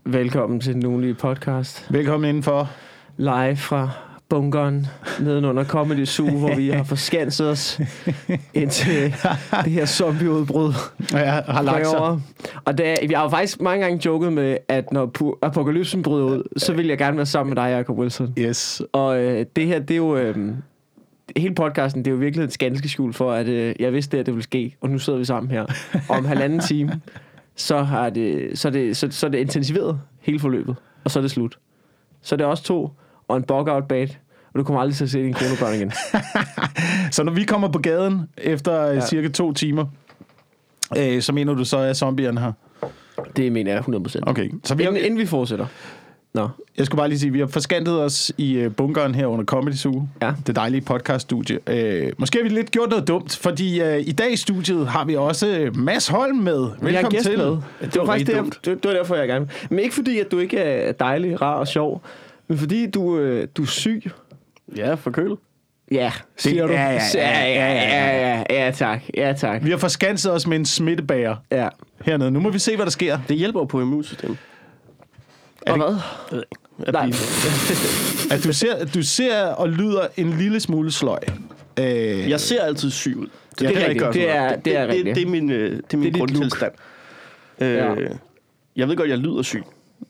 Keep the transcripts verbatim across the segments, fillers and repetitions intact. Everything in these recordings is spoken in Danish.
Velkommen til den ugenlige podcast. Velkommen indenfor. Live fra bunkeren nedenunder Comedy Zoo, hvor vi har forskanset os indtil det her zombieudbrud. Ja, har lagt sig. Og det, vi har jo faktisk mange gange joket med, at når pu- apokalypsen bryder ud, så vil jeg gerne være sammen med dig, Jacob Wilson. Yes. Og øh, det her, det er jo... Øh, hele podcasten, det er jo virkelig et ganske skjul for, at øh, jeg vidste, at det ville ske, og nu sidder vi sammen her. Og om halvanden time, så, har det, så, er det, så, så er det intensiveret hele forløbet, og så er det slut. Så er det også to, og en bug-out bag, og du kommer aldrig til at se din kronebørn igen. Så når vi kommer på gaden efter ja. cirka to timer, øh, så mener du så, at zombierne her? Det mener jeg hundrede procent. Okay. Så vi inden, inden vi fortsætter. Nå. Jeg skulle bare lige sige, at vi har forskantet os i bunkeren her under Comedy Zoo. Ja. Det dejlige podcaststudie. Øh, måske har vi lidt gjort noget dumt, fordi øh, i dag i studiet har vi også Mads Holm med. Velkommen vi har gæst til. Med. Det, det var faktisk det, det, det var derfor, jeg gerne. Men ikke fordi, at du ikke er dejlig, rar og sjov, men fordi du, øh, du er syg. Ja, forkølet. Ja, siger du. Ja, ja, ja, ja, ja, ja, ja, tak. Ja, tak. Vi har forskanset os med en smittebærer ja. hernede. Nu må vi se, hvad der sker. Det hjælper på immunsystemet. Og hvad? At Nej. At du ser, du ser og lyder en lille smule sløj. Øh, Jeg ser altid syg ud. Det, det, det er rigtigt. Det er, det er det, rigtigt. Det, det er min, det er min det er grundtilstand. Øh, ja. Jeg ved godt, jeg lyder syg.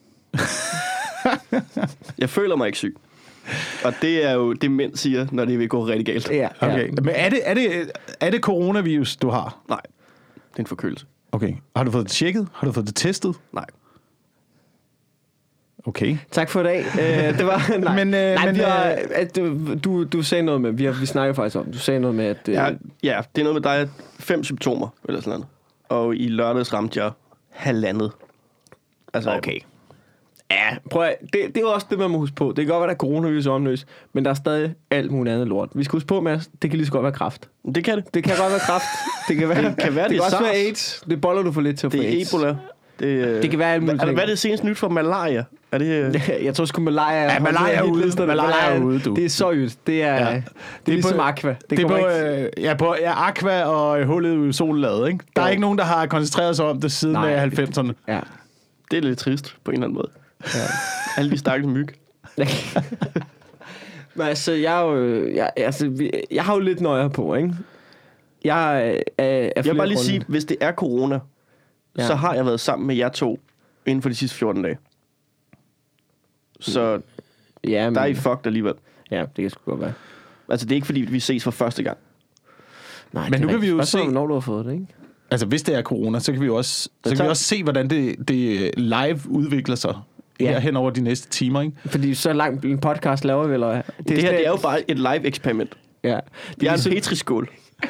Jeg føler mig ikke syg. Og det er jo det, mænd siger, når det vil gå rigtig galt. Ja, okay. ja. Men er det, er, det, er det coronavirus, du har? Nej, det er en forkølelse. Okay. Har du fået det tjekket? Har du fået det testet? Nej. Okay. Tak for i dag. Uh, det var nej. Men, uh, nej, men vi har, at, du, du sagde noget med, vi har vi snakker faktisk om. Du sagde noget med at uh, ja, ja, det er noget med dig fem symptomer eller sådan noget. Og i lørdags ramte jeg halvandet. Altså, okay. Ja, prøv at, det, det er jo også det, man må huske på. Det kan godt være, der er coronavirus omløs, men der er stadig alt muligt andet lort. Vi skal huske på, Mads, det kan lige så godt være kræft. Det kan det. Det kan godt være kræft. Det kan være, det, kan være, det, det, det kan også SARS. være AIDS. Det boller du for lidt til at få det AIDS. Det er Ebola. Det, det kan være alt muligt. Hva, hvad er det senest nyt for malaria? Er det... Jeg tror sgu malaria. Ja, malaria er ude. Malaria er ude, du. Det er så ydt. Det er, ja. det er, det er ligesom Aqua. Det, det er på, ikke... ja, på ja, Aqua og hullet i solladet, ikke? Der er jo. ikke nogen, der har koncentreret sig om det siden Nej. halvfemserne. Ja. Det er lidt trist på en eller anden måde. Ja. Alle de stakkels myg. Men altså, jeg, er jo, jeg, altså, jeg har jo lidt nøjer på, ikke? Jeg er, er, er Jeg vil bare lige sige, hvis det er corona, ja. så har jeg været sammen med jer to inden for de sidste fjorten dage. Så ja, men, der er I fucked alligevel. Ja, det kan sgu godt være. Altså, det er ikke fordi, vi ses for første gang. Nej, men nu kan vi jo se, hvornår du har fået det, ikke? Altså, hvis det er corona, så kan vi jo også, så kan vi også se, hvordan det, det live udvikler sig. Ja. Her hen over de næste timer, ikke? Fordi så langt en podcast laver vi, eller hvad? Det, det her, det er jo bare et live-eksperiment. Ja. Vi er en petriskål.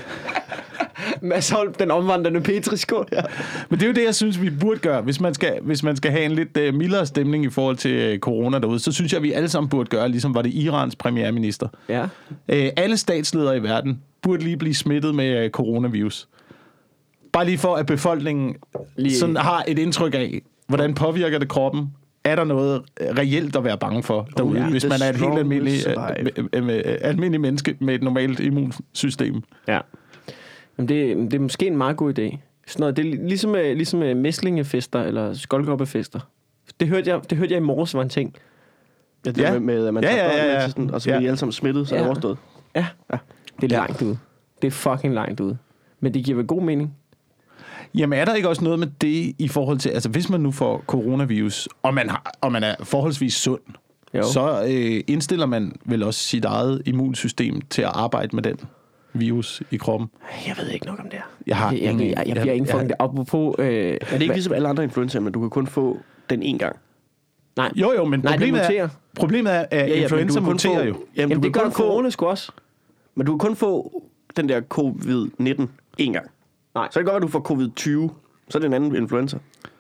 Mads Holm, den omvandrende petriskål. Ja. Men det er jo det, jeg synes, vi burde gøre. Hvis man skal, hvis man skal have en lidt uh, mildere stemning i forhold til uh, corona derude, så synes jeg, at vi alle sammen burde gøre, ligesom var det Irans premierminister. Ja. Uh, alle statsledere i verden burde lige blive smittet med uh, coronavirus. Bare lige for, at befolkningen lige... sådan har et indtryk af, hvordan påvirker det kroppen. Er der noget reelt at være bange for derude, oh, ja. hvis man er et helt almindeligt, uh, almindeligt menneske med et normalt immunsystem? Ja. Men det, det er måske en meget god idé. Sådan noget, det er ligesom, ligesom mæslingefester eller skoldgårdefester. Det hørte jeg, det hørte jeg i morges var en ting. Ja, det ja. Med, med, at man ja, tager ja, ja, ja. børn med til sådan, og så bliver ja. I alle sammen smittet, så ja. er det overstået. Ja. ja, det er langt ud. Det er fucking langt ud. Men det giver vel god mening. Jamen er der ikke også noget med det i forhold til, altså hvis man nu får coronavirus, og man, har, og man er forholdsvis sund, jo. så øh, indstiller man vel også sit eget immunsystem til at arbejde med den virus i kroppen. Jeg ved ikke nok om det her. Jeg har jeg, jeg, jeg, jeg, jeg bliver ikke fucking det. Apropos... Øh, er det ikke ligesom alle andre influencer, men du kan kun få den én gang? Nej. Jo, jo, men Nej, problemet, er, problemet er, at ja, ja, influenza muterer få, jo. Jamen, jamen det gør corona sgu også. Men du kan kun få den der covid nitten én gang. Nej. Så er det godt, at du får covid tyve. Så er det en anden influenza.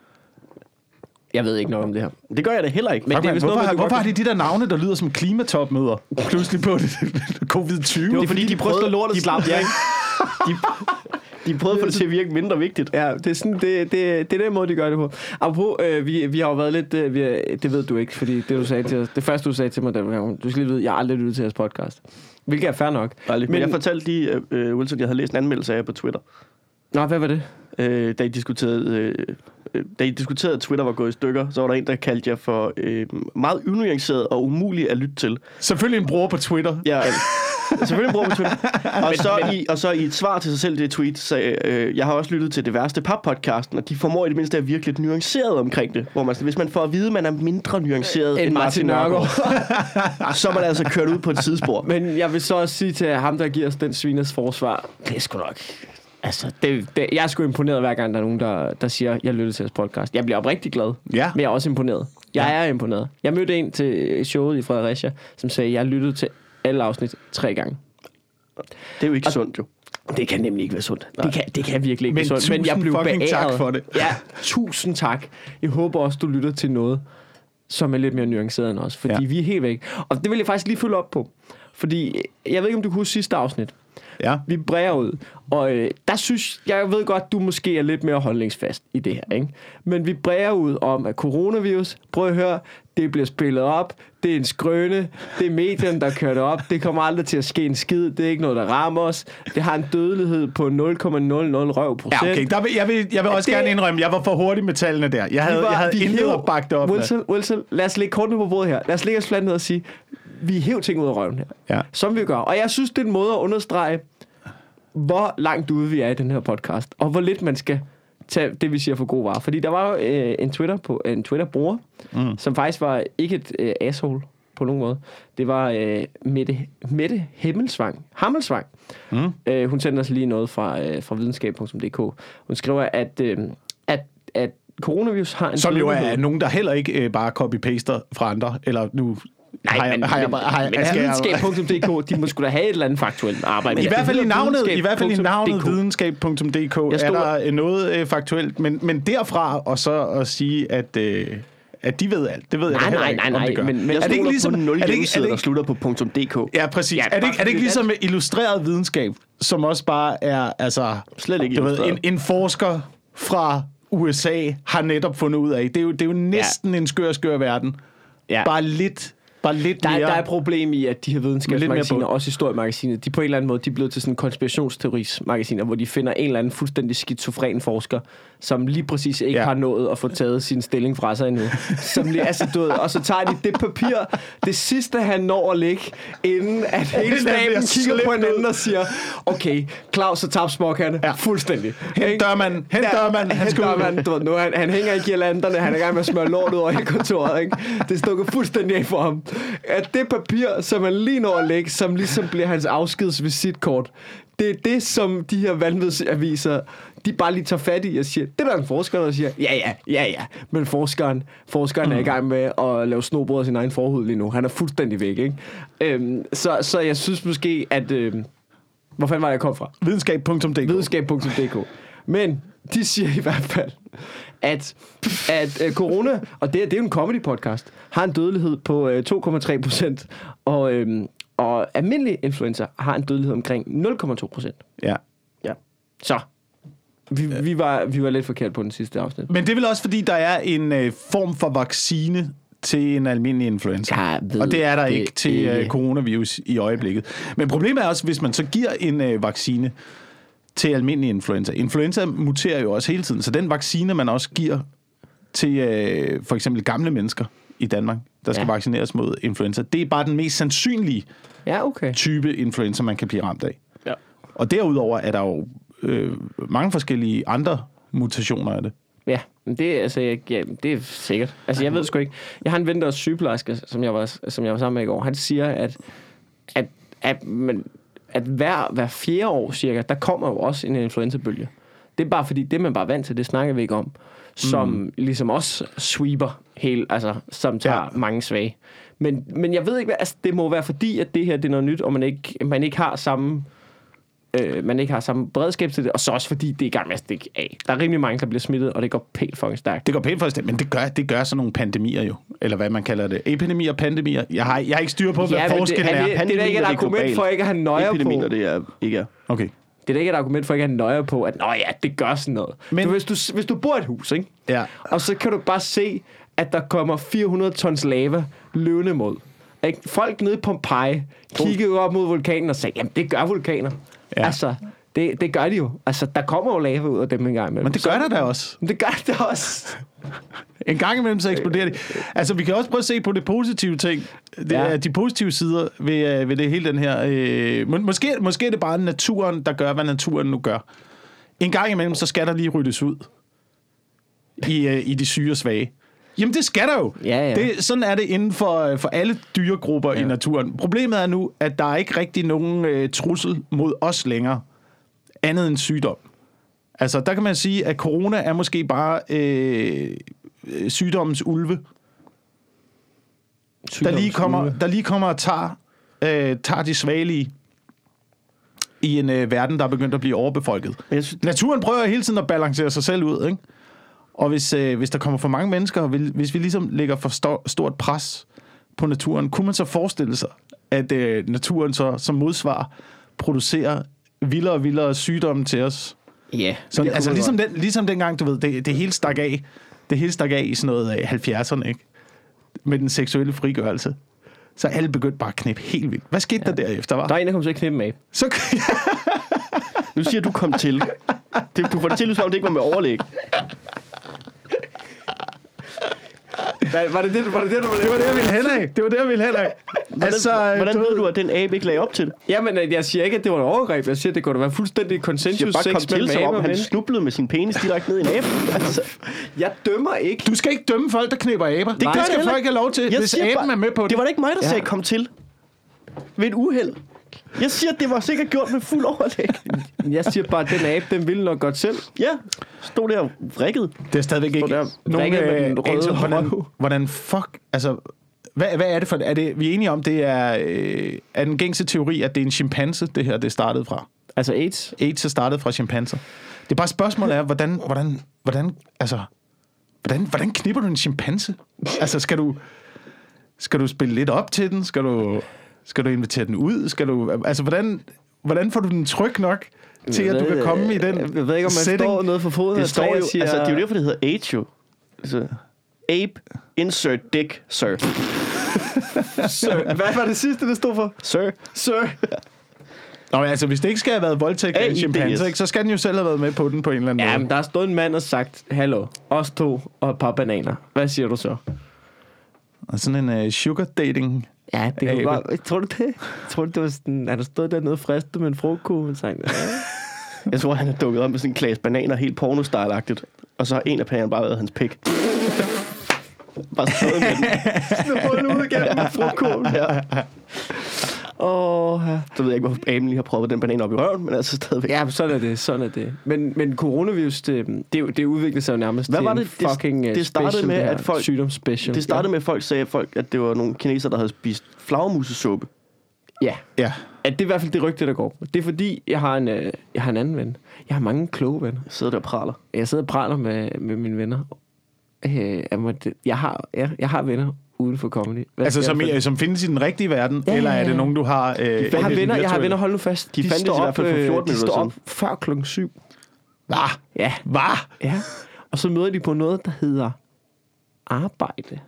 Jeg ved ikke noget om det her. Det gør jeg da heller ikke. Men det er hvorfor noget, har, hvorfor har de de der navne, der lyder som klimatopmøder? Pludselig på covid tyve. Det var fordi, de, de prøvede lortet slap. Ja. de, de prøvede at få det til at virke mindre vigtigt. Ja, det er, sådan, det, det, det er den måde, de gør det på. Apropos, øh, vi, vi har jo været lidt... Øh, vi er, det ved du ikke, fordi det, du sagde til os, det første, du sagde til mig, der, du skal lige vide, jeg har aldrig lyttet til jeres podcast. Hvilket er fair nok. Men, men jeg fortalte lige, uh, Wilson, jeg havde læst en anmeldelse af jer på Twitter. Nå, hvad var det? Øh, da I diskuterede... Øh, Da I diskuterede, at Twitter var gået i stykker, så var der en, der kaldte jer for øh, meget unuanceret og umulig at lytte til. Selvfølgelig en bruger på Twitter. Ja, selvfølgelig en bruger på Twitter. Og, så i, og så i et svar til sig selv, det tweet, sagde, øh, jeg har også lyttet til Det Værste Pap-podcasten, og de formår i det mindste at virkelig lidt nuanceret omkring det. Hvor man, hvis man får at vide, at man er mindre nuanceret end Martin Nørgaard, så er man altså kørt ud på et sidespor. Men jeg vil så også sige til ham, der giver os den sviners forsvar, det er sgu nok... Altså, det, det, jeg er sgu imponeret hver gang, der er nogen, der, der siger, jeg lytter til jeres podcast. Jeg bliver oprigtig glad, ja. men jeg er også imponeret. Jeg ja. er imponeret. Jeg mødte en til showet i Fredericia, som sagde, jeg lyttede til alle afsnit tre gange. Det er jo ikke og sundt, jo. Det kan nemlig ikke være sundt. Det kan, det kan virkelig ikke men være sundt. Men jeg blev beæret. Tak for det. Ja, tusind tak. Jeg håber også, du lytter til noget, som er lidt mere nuanceret end os. Fordi ja. vi er helt væk. Og det vil jeg faktisk lige følge op på. Fordi, jeg ved ikke, om du kunne huske sidste afsnit. Ja. Vi bræger ud. Og øh, der synes jeg ved godt, du måske er lidt mere holdningsfast i det her, ikke? Men vi bræger ud om, at coronavirus, prøv at høre, det bliver spillet op, det er en skrøne, det er medierne, der kører det op, det kommer aldrig til at ske en skid, det er ikke noget, der rammer os, det har en dødelighed på nul komma nul nul røv procent. Ja, okay, der vil, jeg vil, jeg vil også det, gerne indrømme, jeg var for hurtig med tallene der. Jeg havde, var, jeg havde intet at bakke det op. Wilson, Wilson, lad os lægge kortene på bordet her. Lad os lægge os fladt ned og sige, vi hæver ting ud af røven her. Ja. Som vi gør. Og jeg synes, det er en måde at understrege, hvor langt ude vi er i den her podcast, og hvor lidt man skal tage det, vi siger for god varer. Fordi der var jo øh, en Twitter på en Twitter-bruger, mm. som faktisk var ikke et øh, asshole på nogen måde. Det var øh, Mette, Mette Himmelsvang. Hammelsvang. Mm. Øh, hun sendte os lige noget fra, øh, fra videnskab punktum d k. Hun skriver, at, øh, at, at coronavirus har en... Som jo er nogen, der heller ikke øh, bare copy-paster fra andre, eller nu... Nej, men, har jeg, har jeg, men videnskab punktum d k, de må sgu da have et eller andet faktuelt arbejde. I hvert fald i navnet, i hvert fald i navnet videnskab punktum d k er der noget øh, faktuelt, men, men derfra og så at sige, at, øh, at de ved alt, det ved nej, jeg da nej, ikke, nej, om nej, det gør. Men, men jeg er det ikke ligesom på nul hjemmesider, der slutter på .dk. Ja, præcis. Ja, er, det, er det ikke ligesom med illustreret videnskab, som også bare er, altså... Slet ikke ved, en, en forsker fra U S A har netop fundet ud af, det er jo, det er jo næsten ja. en skør, skør verden. Ja. Bare lidt... Lidt der, mere, der er et problem i, at de her videnskabsmagasiner, også historiemagasiner, de på en eller anden måde, de er blevet til sådan konspirationsteorismagasiner, hvor de finder en eller anden fuldstændig skizofren forsker, som lige præcis ikke ja. har nået at få taget sin stilling fra sig endnu. Som lige, altså, du ved, og så tager de det papir, det sidste han når at lægge, inden at hele staben kigger på hinanden og siger, okay, Claus og tabsmokkerne, ja. fuldstændig. Hent dørmanden, hent dørmanden, han skal ud. Nu, han, han hænger i girlanderne, han er i gang med at smøre lort ud over hele kontoret, ikke? Det er stukket fuldstændig af for ham. At det papir, som han lige når at lægge, som ligesom bliver hans afskedsvisitkort, det er det, som de her vanvidsaviser, de bare lige tager fat i og siger, det der er en forsker, der siger, ja, ja, ja, ja, men forskeren, forskeren mm. er i gang med at lave snobrød af sin egen forhud lige nu. Han er fuldstændig væk, ikke? Øhm, så, så jeg synes måske, at... Øhm, hvor fanden var det, jeg kom fra? videnskab punktum d k. videnskab punktum d k. Men de siger i hvert fald, at, at uh, corona, og det, det er jo en comedy-podcast, har en dødelighed på uh, to komma tre procent, og, øhm, og almindelig influenza har en dødelighed omkring nul komma to procent. Ja. Ja. Så, vi, vi, var, vi var lidt forkert på den sidste afsnit. Men det er vel også, fordi der er en uh, form for vaccine til en almindelig influenza. Ved, og det er der det, ikke til uh, coronavirus i øjeblikket. Men problemet er også, hvis man så giver en uh, vaccine til almindelig influenza. Influenza muterer jo også hele tiden, så den vaccine, man også giver til øh, for eksempel gamle mennesker i Danmark, der skal ja. vaccineres mod influenza, det er bare den mest sandsynlige ja, okay. type influenza, man kan blive ramt af. Ja. Og derudover er der jo øh, mange forskellige andre mutationer af det. Ja, det, altså, ja, det er sikkert. Altså, jeg ved det sgu ikke. Jeg har en ven, der er sygeplejerske, som jeg var, som jeg var sammen med i går. Han siger, at, at, at man... at hver, hver fjerde år cirka, der kommer jo også en influenzabølge. Det er bare fordi, det man bare er vant til, det snakker vi ikke om, som mm. ligesom også sweeper hele, altså som tager ja. mange svage. Men, men jeg ved ikke, hvad, altså, det må være fordi, at det her det er noget nyt, og man ikke, man ikke har samme øh, man ikke har samme beredskab til det, og så også fordi, det er i gang med at stikke af. Der er rimelig mange, der bliver smittet, og det går pænt fucking stærkt. Det går pænt fucking stærkt, men det gør, det gør sådan nogle pandemier jo, eller hvad man kalder det. Epidemier og pandemier. Jeg har, jeg har ikke styr på, hvad ja, forskellen det, er. Det, det, det er da ikke et argument for ikke at have nøje på. Epidemier, det er ikke er. Okay. Det er da ikke et argument for ikke at have nøje på, at nå ja, det gør sådan noget. Men du, hvis, du, hvis du bor i et hus, ikke? Ja. Og så kan du bare se, at der kommer fire hundrede tons lava løbende mod. Ikke? Folk nede i Pompeji kiggede op mod vulkanen og sagde, jamen det gør vulkaner. Ja. Altså, Det, det gør de jo. Altså, der kommer jo lava ud af dem en gang imellem. Men det gør der da også. Men det gør det også. En gang imellem så eksploderer det. Altså, vi kan også prøve at se på det positive ting. Det Ja. er de positive sider ved, ved det hele den her... Øh, må, måske, måske er det bare naturen, der gør, hvad naturen nu gør. En gang imellem, så skal der lige ryddes ud i, øh, i de syge og svage. Jamen, det skal der jo. Ja, ja. Det, sådan er det inden for, for alle dyregrupper ja. i naturen. Problemet er nu, at der er ikke rigtig nogen øh, trussel mod os længere, andet end sygdom. Altså, der kan man sige, at corona er måske bare øh, sygdommens ulve, der lige, kommer, der lige kommer og tager, øh, tager de svagelige i en øh, verden, der er begyndt at blive overbefolket. Synes... Naturen prøver hele tiden at balancere sig selv ud, ikke? Og hvis, øh, hvis der kommer for mange mennesker, og hvis vi ligesom lægger for stor, stort pres på naturen, kunne man så forestille sig, at øh, naturen så som modsvar producerer vildere og vildere sygdomme til os? Ja. Yeah, så, altså ligesom, den, ligesom dengang, du ved, det, det hele stak af, det hele stak af i sådan noget af halvfjerdserne, ikke? Med den seksuelle frigørelse. Så alle begyndte bare at knippe helt vildt. Hvad skete ja. der derefter, var? Der er en, der kom til at knippe med. Så... Nu siger du kom til. Det, du får det til, som om det ikke var med overlæg. Var, var det det, var det, det, du det var det, jeg ville hen af. Det var det, jeg ville hen af. Hvordan, altså, hvordan ved du, at den abe ikke lagde op til det? Jamen, jeg siger ikke, at det var et overgreb. Jeg siger, at det kunne da være fuldstændig konsensus sex mellem abe og menneske. Han menneske. snublede med sin penis direkte ned i en abe. Altså. Jeg dømmer ikke. Du skal ikke dømme folk, der knipper aber. Det gør skal folk have lov til, jeg hvis aben bare, er med på det. Det var da ikke mig, der ja. sagde kom til. Ved et uheld. Jeg siger, at det var sikkert gjort med fuld overlæg. Jeg siger bare, at den abe, den ville nok godt selv. Ja, stod der og vrikkede. Det er stadigvæk ikke der, nogen med den røde øh, hvordan, hvordan fuck, altså, hvad, hvad er det for, er det, vi er enige om, det er, øh, er den gængse teori, at det er en chimpanse, det her, det startede fra? Altså AIDS? AIDS er startet fra chimpanser. Det er bare spørgsmålet er, hvordan, hvordan, hvordan, altså, hvordan, hvordan knipper du en chimpanse? Altså, skal du, skal du spille lidt op til den? Skal du... Skal du invitere den ud? Skal du, altså, hvordan, hvordan får du den tryg nok til, at du kan komme i den Jeg ved ikke, om man setting? står noget for foden. Det står jo, siger, altså, det er jo derfor, det hedder AIDS jo. Altså, ape, insert dick, sir. Sir. Hvad var det sidste, det stod for? Sir. Sir. Nå, altså, hvis det ikke skal have været voldtægt af en chimpanse, så skal den jo selv have været med på den på en eller anden ja, måde. Ja, men der er stået en mand og sagt, hallo, os to og et par bananer. Hvad siger du så? Og sådan en uh, sugar dating... Ja, det kunne godt... Tror du det? Tror du, det var sådan... Er der stået dernede fristet med en frugtkugle? Ja. Jeg tror, han er dukket op med sådan en klasse bananer, helt porno-style-agtigt. Og så har en af panerne bare været hans pik. Bare stået med den. Sådan har fået den ud igennem med frugtkuglen. Ja. Åh, ja. Så ved jeg ikke, hvorfor aben lige har proppet den banan op i røven, men altså stadigvæk. Ja, sådan er det, sådan er det. Men, men coronavirus, det, det, det udviklede sig jo nærmest Hvad til var en det? fucking det, det startede special, med, det at folk... Sygdomsspecial. Det startede ja. med, at folk sagde, at, folk, at det var nogle kinesere, der havde spist flagermusesuppe. Ja. Ja. At det er i hvert fald det rygte, der går. Det er fordi, jeg har en, øh, jeg har en anden ven. Jeg har mange kloge venner. Jeg sidder der og praler. Jeg sidder og praler med, med mine venner. Øh, jeg, må, jeg, har, ja, jeg har venner uden for comedy. Hvad altså, som, I, som findes i den rigtige verden, ja, eller er det nogen, du har... Øh, jeg, har venner, jeg har venner, hold nu fast. De, de fandt det i hvert fald for fjorten minutter. De står op før klokken syv. Hvad? Ja. Hvad? Ja. Og så møder de på noget, der hedder arbejde.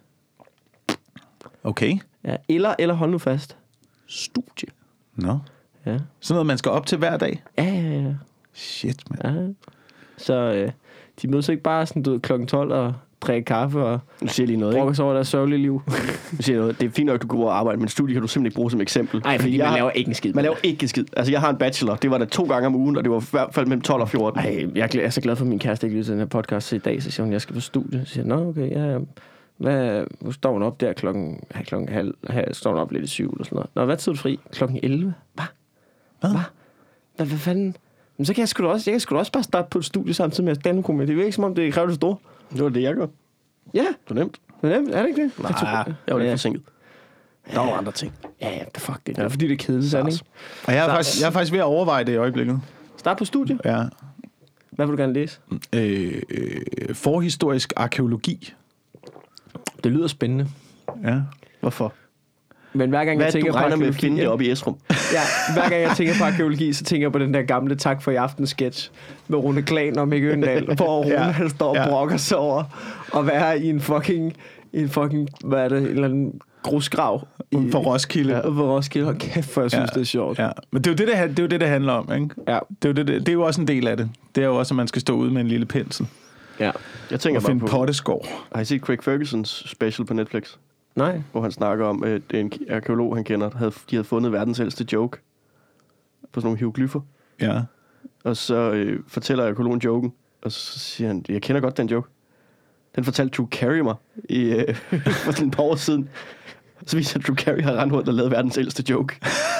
Okay. Ja, eller, eller hold nu fast. Studie. Nå. No. Ja. Sådan noget, man skal op til hver dag? Ja, ja, ja. Shit, mand. Ja. Så øh, de mødes ikke bare sådan, du ved, klokken tolv og drikke kaffe og nu siger lige noget, brokker sig over deres sørgelige liv. Nu siger noget. Det er fint nok, at du går og arbejde, men studie kan du simpelthen ikke bruge som eksempel. Nej, fordi man laver ikke en skid. Man laver ikke en skid. Altså, jeg har en bachelor. Det var der to gange om ugen, og det var i hvert fald mellem tolv og fjorten. Ej, jeg er så glad for, at min kæreste ikke lytter til den her podcast i dag. Så siger hun, jeg skal på studie. Så siger jeg, nå, okay, ja, ja. Hvad, hvor står hun op der klokken, ja, klokken halv, halv, står hun op lidt i syv eller sådan noget. Nå, hvad tid er du fri? Klokken elleve? Hvad? Hvad? Hvad? Hvad, hvad fanden? Men så kan jeg sgu da også, jeg kan sgu da også bare starte på et studie samtidig med at stand komedie. Det er jo ikke som om, det kræver det store. Det var det, jeg gør. Ja. Det var nemt. Det er nemt, er det ikke det? Nej, jeg, jeg var lidt ja. forsinket. Der var andre ting. Ja, ja, fuck det. Det er fordi, det er kedeligt, sådan, ikke? Og jeg er, faktisk, jeg er faktisk ved at overveje det i øjeblikket. Start på studie. Ja. Hvad vil du gerne læse? Øh, øh, forhistorisk arkæologi. Det lyder spændende. Ja. Hvorfor? Men hver gang Hvad jeg tænker du regner på med at finde det oppe i Esrum? Ja, hver gang jeg tænker på arkeologi, så tænker jeg på den der gamle Tak for i aften sketch med Rune Klan og Mikke Øndal, hvor Rune ja. han står og ja. brokker sig over at være i en fucking, i en fucking, hvad er det, en eller anden grusgrav Uden for Roskilde. Ja, for Roskilde. Hold kæft, for jeg synes, ja, det er sjovt. Ja. Men det er, jo det, det, det er jo det, det handler om, ikke? Ja. Det er, jo det, det, det er jo også en del af det. Det er jo også, at man skal stå ude med en lille pensel. Ja. Jeg tænker og finde på potteskår. Har I set Craig Fergusons special på Netflix? Nej. Hvor han snakker om, at det er en arkeolog, han kender, der havde, de havde fundet verdens ældste joke på sådan nogle hieroglyffer. Ja. Og så øh, fortæller arkeologen joken, og så siger han, jeg kender godt den joke. Den fortalte Drew Carey mig i, øh, for sådan et par år siden. Så viser Drew Carey har rendt rundt og lavet verdens ældste joke.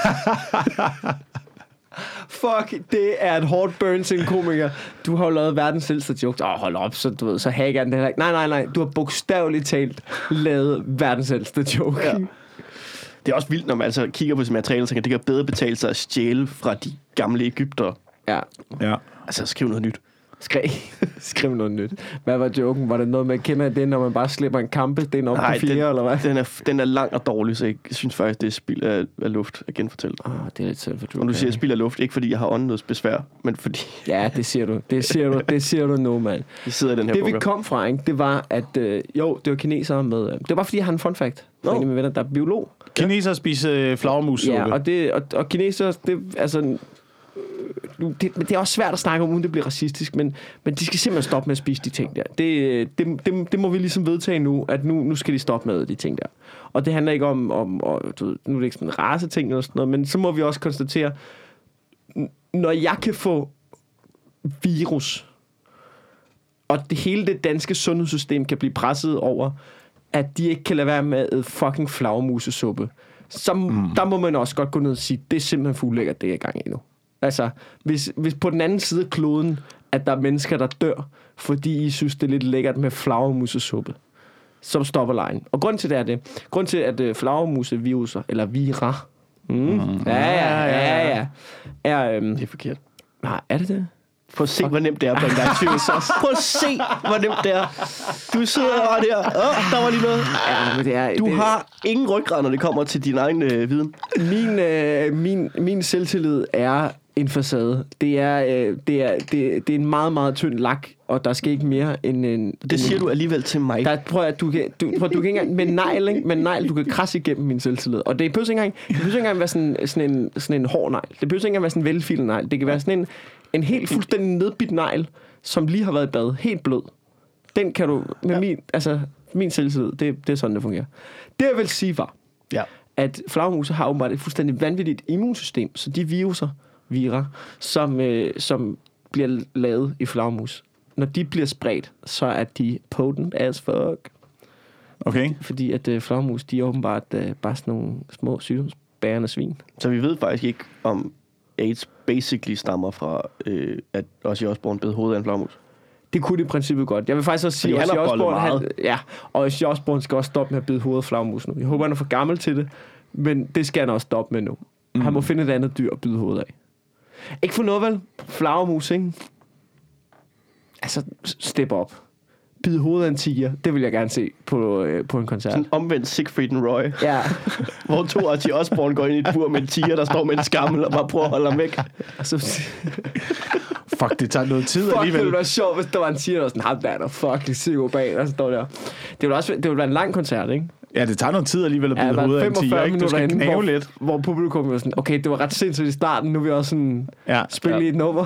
Fuck, det er et hårdt burn til en komiker. Du har jo lavet verdens ældste joke. Åh, oh, hold op, så du ved, så hacker den heller ikke. Nej, nej, nej, du har bogstaveligt talt lavet verdens ældste joke. Ja. Det er også vildt, når man altså kigger på sin materiale, så kan det kan bedre betale sig at stjæle fra de gamle egyptere. Ja. Ja. Altså, skriv noget nyt. Skriv, skriv noget nyt. Hvad var joken? Var det noget, man kender det, når man bare slipper en kampe? Det er en op på fire, den, eller hvad? Den er, den er lang og dårlig, så jeg synes faktisk, det er spild af, af luft at genfortælle. Ah, det er lidt selv for du. Og du siger spild af luft, ikke fordi jeg har åndedrætsbesvær, men fordi... Ja, det siger du. Det siger du, det siger du nu, mand. Det sidder i den her Det bunker. vi kom fra, ikke, det var, at øh, jo, det var kinesere med... Øh, det var bare, fordi jeg har en fun fact. For Nå. en af mine venner, der er biolog. Kinesere spiser flagermussuppe. Ja, og, det, og, og kinesere, det, altså... Nu, det, det er også svært at snakke om, uden det bliver racistisk, men, men de skal simpelthen stoppe med at spise de ting der. Det, det, det, det må vi ligesom vedtage nu, at nu, nu skal de stoppe med de ting der. Og det handler ikke om, om og, du ved, nu er det ikke sådan en raceting eller sådan noget, men så må vi også konstatere, når jeg kan få virus, og det hele det danske sundhedssystem kan blive presset over, at de ikke kan lade være med at æde fucking flagermusesuppe, så mm. der må man også godt gå ned og sige, det er simpelthen for ulækkert, det er i gang endnu. Altså, hvis, hvis på den anden side af kloden, at der er mennesker, der dør, fordi I synes, det er lidt lækkert med flagermusesuppe, så stopper lejen. Og grund til det er det. Grund til, at uh, flagermuseviruser, eller vira, mm, mm. ja, ja, ja, ja, er... Øhm, Det er forkert. nej, er det det? Prøv at se, hvor nemt det er på en gang. Prøv at se, hvor nemt det er. Du sidder bare der. Åh, oh, der var lige noget. Ja, men det er... Du det, har ingen ryggrad, når det kommer til din egen øh, viden. Min, øh, min, min selvtillid er en facade. Det er, øh, det, er, det, det er en meget, meget tynd lak, og der skal ikke mere end en... Det siger en, du alligevel til mig. Der, prøv at du kan, du, prøv, du kan ikke engang... Med negl, ikke? Med negl, du kan krasse igennem min selvtillid. Og det behøver ikke engang, det behøver ikke engang være sådan, sådan, en, sådan en hård negl. Det behøver ikke engang være sådan en velfilet negl. Det kan være sådan en, en helt fuldstændig nedbidt negl, som lige har været i bad. Helt blød. Den kan du... Med ja. min, altså, min selvtillid, det, det er sådan, det fungerer. Det jeg vil sige var, ja. at flagermuser har åbenbart et fuldstændig vanvittigt immunsystem, så de viruser, vira, som, øh, som bliver lavet i flagermus, når de bliver spredt, så er de potent as fuck. Okay. Fordi at øh, flagermus, de er åbenbart øh, bare sådan nogle små sygdomsbærende svin. Så vi ved faktisk ikke, om AIDS basically stammer fra, øh, at Ozzy Osbourne bed hovedet af en flagermus. Det kunne det i princippet godt. Jeg vil faktisk også sige, at Ozzy Osbourne, han, ja, og Ozzy Osbourne skal også stoppe med at bide hovedet af flagermus nu. Jeg håber, han er for gammel til det, men det skal han også stoppe med nu. Mm. Han må finde et andet dyr at bide hovedet af. Ikke for noget, vel? Flagermus, ikke? Altså, step op. Bide hovedet af en tiger. Det vil jeg gerne se på, øh, på en koncert. Sådan omvendt Siegfried and Roy. Ja. Hvor to Ozzy Osbourne går ind i et bur med en tiger, der står med en skammel og bare prøver at holde ham væk. Altså, fuck, det tager noget tid fuck, alligevel. det ville være sjovt, hvis der var en tiger, der var sådan, ham der er der fucking psykopat, og så står der. Det ville også det ville være en lang koncert, ikke? Ja, det tager noget tid alligevel at bide ja, hovedet af en tiger, ikke? Du skal knæve lidt. Hvor publikum var sådan, okay, det var ret sindssygt i starten, nu er vi også sådan ja, spille ja. i et nummer.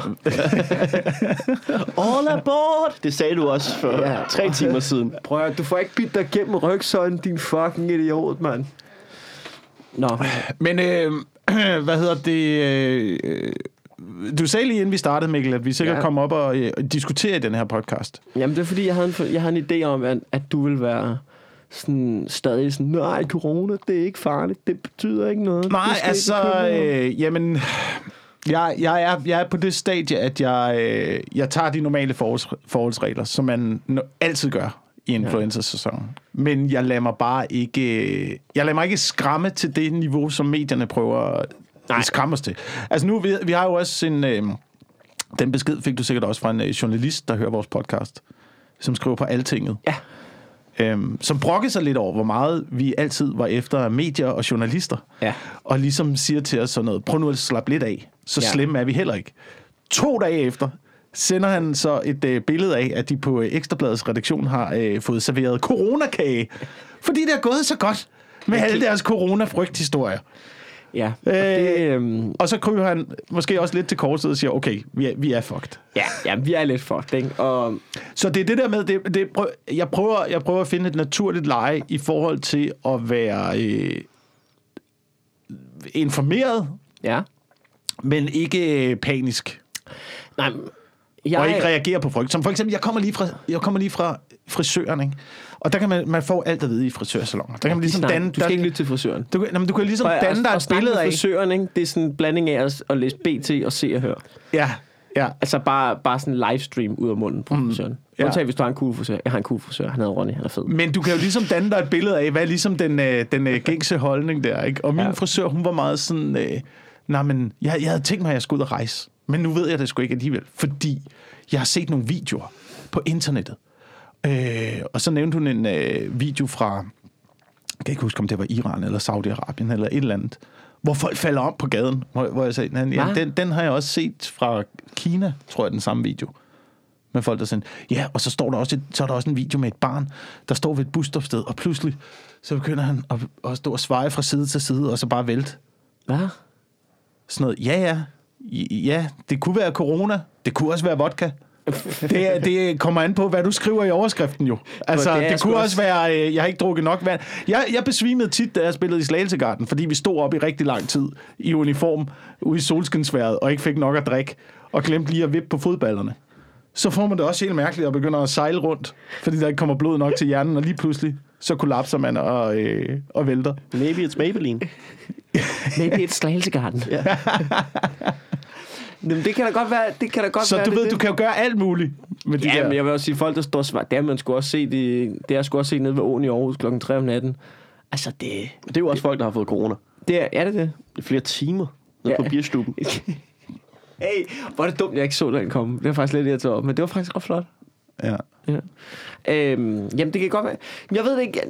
All aboard! Det sagde du også for ja. tre timer siden. Prøv at, du får ikke bidt dig gennem rygsøjlen, din fucking idiot, mand. Nå. Men, øh, hvad hedder det... Øh, du sagde lige inden vi startede, Mikkel, at vi sikkert ja. kom op og øh, diskutere i den her podcast. Jamen, det er fordi, jeg havde en, jeg havde en idé om, at, at du vil være... sådan stadig sådan, nej, corona, det er ikke farligt, det betyder ikke noget. Nej, altså, øh, jamen, jeg, jeg, er, jeg er på det stadie, at jeg, øh, jeg tager de normale forholds, forholdsregler, som man altid gør i influencer-sæsonen. Men jeg lader mig bare ikke, jeg lader mig ikke skræmme til det niveau, som medierne prøver at skræmme os til. Altså nu, vi, vi har jo også en, øh, den besked fik du sikkert også fra en øh, journalist, der hører vores podcast, som skriver på Altinget. Ja. Øhm, som brokker sig lidt over, hvor meget vi altid var efter medier og journalister. Ja. Og ligesom siger til os sådan noget, prøv nu at slappe lidt af. Så ja. slemme er vi heller ikke. To dage efter sender han så et øh, billede af, at de på øh, Ekstrabladets redaktion har øh, fået serveret coronakage. Fordi det er gået så godt med alle deres corona-frygthistorier. Ja, og, det, øhm, og så kryber han måske også lidt til korset og siger, okay, vi er, vi er fucked. Ja, ja, vi er lidt fucked, ikke? Og så det er det der med, det, det prøv, jeg, prøver, jeg prøver at finde et naturligt leje i forhold til at være øh, informeret, ja. men ikke øh, panisk. Nej, jeg... Og ikke reagere på frygt. Som for eksempel, jeg kommer lige fra, jeg kommer lige fra frisøren, ikke? Og der kan man, man få alt at vide i frisørsaloner. Der kan man ligesom Snak, danne, du skal ikke lytte til frisøren. Du, jamen, du kan ligesom og, danne dig og, et billede af... frisøren, ikke? Det er sådan en blanding af at, at læse B T og se og høre. Ja, ja. Altså bare, bare sådan en livestream ud af munden på frisøren. Ja. Undtagen, hvis du har en cool frisør. Jeg har en cool frisør. Han hedder Ronny. Han er fed. Men du kan jo ligesom danne dig et billede af, hvad er ligesom den, øh, den øh, gængse holdning der, ikke? Og min ja. frisør, hun var meget sådan... Øh, nej, men jeg, jeg havde tænkt mig, at jeg skulle ud og rejse. Men nu ved jeg det sgu ikke alligevel. Fordi jeg har set nogle videoer på internettet. Øh, og så nævnte hun en øh, video fra... Jeg kan ikke huske, om det var Iran eller Saudi-Arabien eller et eller andet. Hvor folk falder om på gaden. Hvor, hvor jeg sagde, ja, den, den har jeg også set fra Kina, tror jeg, den samme video. Med folk, der siger, ja, og så, står der også et, så er der også en video med et barn, der står ved et busstopsted, og pludselig, så begynder han at, at stå og sveje fra side til side, og så bare vælte. Hvad? Sådan noget, ja, ja, ja, det kunne være corona, det kunne også være vodka. Det, det kommer an på, hvad du skriver i overskriften jo. Altså, det, det kunne også være, øh, jeg har ikke drukket nok vand. Jeg, jeg besvimede tit, da jeg spillede i Slagelsegarden, fordi vi stod op i rigtig lang tid i uniform ude i solskinsværet, og ikke fik nok at drikke, og glemte lige at vippe på fodballerne. Så får man det også helt mærkeligt og begynder at sejle rundt, fordi der ikke kommer blod nok til hjernen, og lige pludselig så kollapser man og, øh, og vælter. Maybe it's Maybelline. Maybe it's Slagelsegarden. Ja. Men det kan da godt være, det kan da godt så være. Så du ved, det. du kan jo gøre alt muligt med de ja, der. Men jeg vil også sige, folk der står svært, det er man skulle også se det, det er sgu også set nede ved åen i Aarhus klokken tre om natten. Altså det, det er jo også det, folk der har fået corona. Det er, er det det? Det er flere timer nede ja. på bierstuben. Hey, hvor er det dumt, jeg ikke så den komme. Det var faktisk lidt irriteret op, men det var faktisk ret flot. Ja. Ja. Øhm, jamen det kan godt være. Jeg ved det ikke.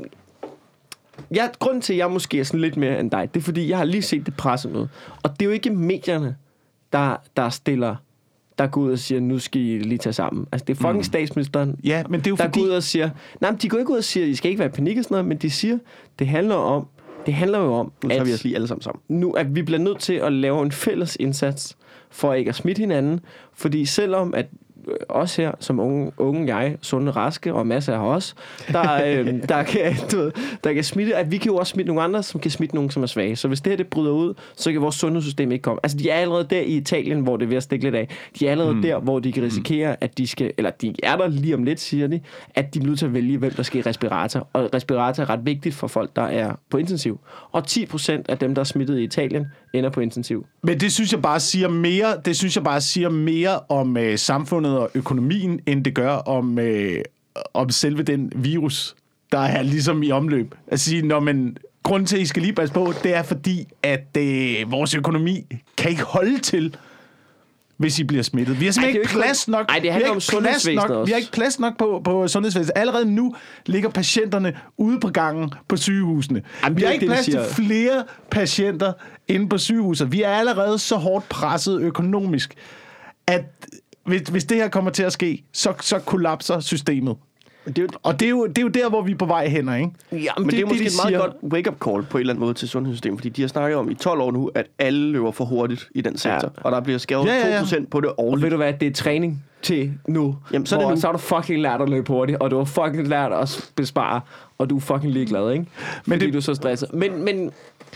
Jeg, grunden til at jeg måske er sådan lidt mere end dig, det er fordi jeg har lige set det pressemøde, og det er jo ikke medierne der, der stiller, der går ud og siger, nu skal I lige tage sammen. Altså, det er fucking mm. statsministeren, ja, men det er jo der fordi... går ud og siger, nej, men de går ikke ud og siger, I skal ikke være i panik og sådan noget, men de siger, det handler om, det handler jo om, nu tager vi os lige alle sammen sammen. Nu, at vi bliver nødt til at lave en fælles indsats, for ikke at smitte hinanden, fordi selvom at os her, som unge, unge jeg, sunde, raske, og masser af os, der, øh, der, kan, du ved, der kan smitte, at vi kan jo også smitte nogle andre, som kan smitte nogen, som er svage. Så hvis det her det bryder ud, så kan vores sundhedssystem ikke komme. Altså, de er allerede der i Italien, hvor det er ved at stikke lidt af. De er allerede mm. der, hvor de kan risikere, at de skal, eller de er der lige om lidt, siger de, at de bliver nødt til at vælge, hvem der skal i respirator. Og respirator er ret vigtigt for folk, der er på intensiv. Og ti procent af dem, der er smittet i Italien, ender på intensiv. Men det synes jeg bare siger mere, det synes jeg bare siger mere om øh, samfundet og økonomien, end det gør om, øh, om selve den virus, der er ligesom i omløb. At sige, når man, grunden til, at I skal lige passe på, det er fordi, at øh, vores økonomi kan ikke holde til, hvis I bliver smittet. Vi har simpelthen Ej, ikke plads nok. Nej, det handler om sundhedsvæsenet også. Vi har ikke plads nok på, på sundhedsvæsenet. Allerede nu ligger patienterne ude på gangen på sygehusene. Jamen, vi har ikke plads til flere patienter inde på sygehuset. Vi er allerede så hårdt presset økonomisk, at hvis, hvis det her kommer til at ske, så, så kollapser systemet. Det er jo, og det er, jo, det er jo der, hvor vi er på vej hen, ikke? Ja, men, men det, det er måske det, et meget siger... godt wake-up call på en eller anden måde til sundhedssystemet, fordi de har snakket om i tolv år nu, at alle løber for hurtigt i den sektor, ja. Og der bliver skrevet ja, ja, ja. to procent på det årligt. Og ved du hvad, det er træning til nu. Jamen, så, er det nu. Så har du fucking lært at løbe hurtigt, og du har fucking lært at spare, og du er fucking ligeglad, ikke? Fordi men det... du er så stresset. Men, men det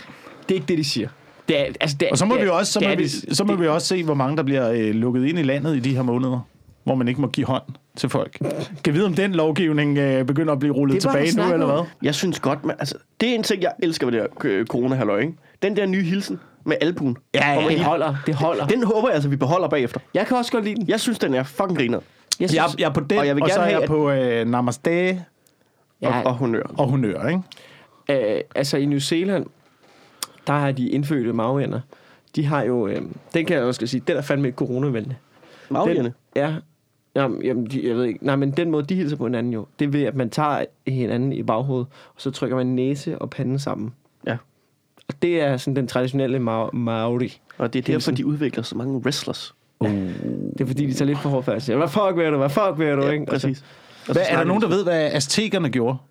er ikke det, de siger. Det er, altså, det er, og så må, det er, vi, også, så må, det, vi, så må det, vi også se, hvor mange der bliver øh, lukket ind i landet i de her måneder, hvor man ikke må give hånd til folk. Kan vide, om den lovgivning øh, begynder at blive rullet tilbage nu, eller hvad? Jeg synes godt, man, altså, det er en ting, jeg elsker ved det her øh, corona-halløj, ikke? Den der nye hilsen med albuen. Ja, ja, det holder, det holder. Den håber jeg altså, vi beholder bagefter. Jeg kan også godt lide den. Jeg synes, den er fucking griner. Jeg, synes, jeg, jeg er på den, og, jeg vil og så er jeg at... på øh, namaste ja, og, og honør. Og honør, ikke? Øh, altså i New Zealand, der har de indfødte magænder. De har jo, øh, den kan jeg også sige, den er fandme ikke coronavenlig. Magænderne? Ja. Jamen, jamen de, jeg ved ikke. Nej, men den måde, de hilser på hinanden jo, det er ved, at man tager hinanden i baghovedet, og så trykker man næse og pande sammen. Ja. Og det er sådan den traditionelle ma- maori. Og det er derfor, de udvikler så mange wrestlers. Uh. Det er fordi, de tager lidt for hårdt fast. Hvad fuck vil du? Hvad fuck vil du? Ja, ikke? præcis. Hvad, er der nogen, der ved, hvad aztekerne gjorde?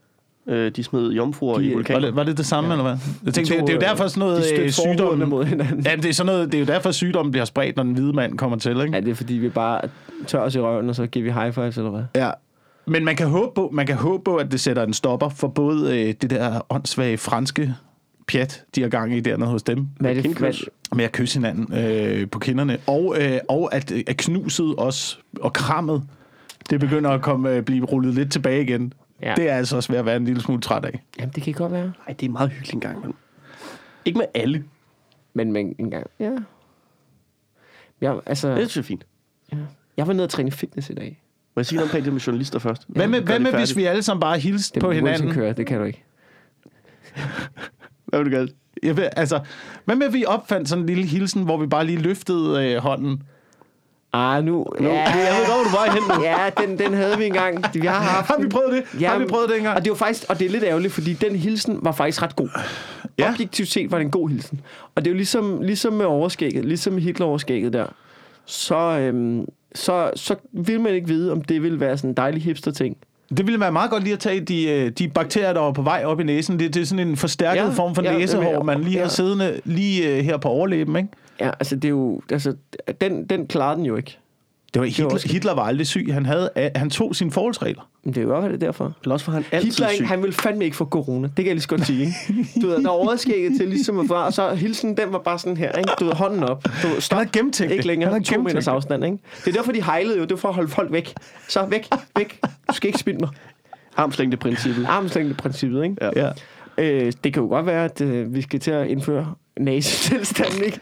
Øh, de smed jomfruer De- i Var vulkanen. det, var det det samme, Ja. eller hvad? Jeg tænkte, to, det, det er jo øh, derfor sådan De noget øh, stødte sygdom... forholdene mod hinanden. Ja, det er, sådan noget, det er jo derfor, sygdommen bliver spredt, når den hvide mand kommer til, ikke? Ja, det er fordi, vi bare tør os i røven, og så giver vi high fives, eller hvad? Ja. Men man kan håbe på, man kan håbe på at det sætter en stopper for både øh, det der åndssvage franske pjat, de har gang i dernede hos dem. Hvad er det, Kindkys. hvad, Med at kysse hinanden øh, på kinderne. Og, øh, og at, at knuset også, og krammet, det begynder at komme, øh, blive rullet lidt tilbage igen. Ja. Det er altså også ved at være en lille smule træt af. Jamen, det kan godt være. Nej, det er meget hyggeligt en gang. Men ikke med alle. Men, men en gang, ja. Jeg, altså, Det synes jeg er fint. ja. Jeg var nede og træne fitness i dag. Må jeg sige noget omkring det med journalister først? Hvad med, Gør hvad det med færdigt. hvis vi alle sammen bare hilste Det på er hinanden? kører, det kan du ikke. Hvad vil du gøre? Jeg ved, altså, hvad med, at vi opfandt sådan en lille hilsen, hvor vi bare lige løftede øh, hånden? Ah, nu... Nu, ja, jeg ved godt, hvor du var hen nu. ja, den, den havde vi engang. Vi har haft Har vi den. prøvet det? Ja, Har vi prøvet det engang? Og det var faktisk, og det er lidt ærgerligt, fordi den hilsen var faktisk ret god. Ja. Ja. Objektivt set var det en god hilsen. Og det er jo ligesom, ligesom med overskægget, ligesom med Hitler-overskægget der, så, øhm, så, så vil man ikke vide, om det vil være sådan en dejlig hipster-ting. Det ville være meget godt lige at tage de, øh, de bakterier, der var på vej op i næsen. Det, det er sådan en forstærket Ja, form for ja, næsehår, jamen, man lige har ja. siddende lige øh, her på overlæben, ikke? Ja, altså det er jo, altså, den, den klarede den jo ikke. Det var var Hitler, også- Hitler var aldrig syg. Han, havde, øh, han tog sine forholdsregler. Men det er jo godt, det er derfor. Eller også for han altid Hitler, syg. ikke, han ville fandme ikke få corona. Det kan jeg lige så godt sige, ikke? Du ved, der var overskægget til ligesom at få, og så hilsen, den var bare sådan her, ikke? Du ved, hånden op. Du ved, stop. Han havde gennemtænkt det. Ikke længere. Han havde To gennemtænkt meters det. afstand, ikke? Det er derfor, de hejlede jo. Det var for at holde folk væk. Så væk, væk. Du skal ikke spille mig. Armslængdeprincippet. Armslængdeprincippet, ikke? Ja. Ja. Øh, det kan jo godt være, at øh, vi skal til at indføre nazi-tilstanden, ikke?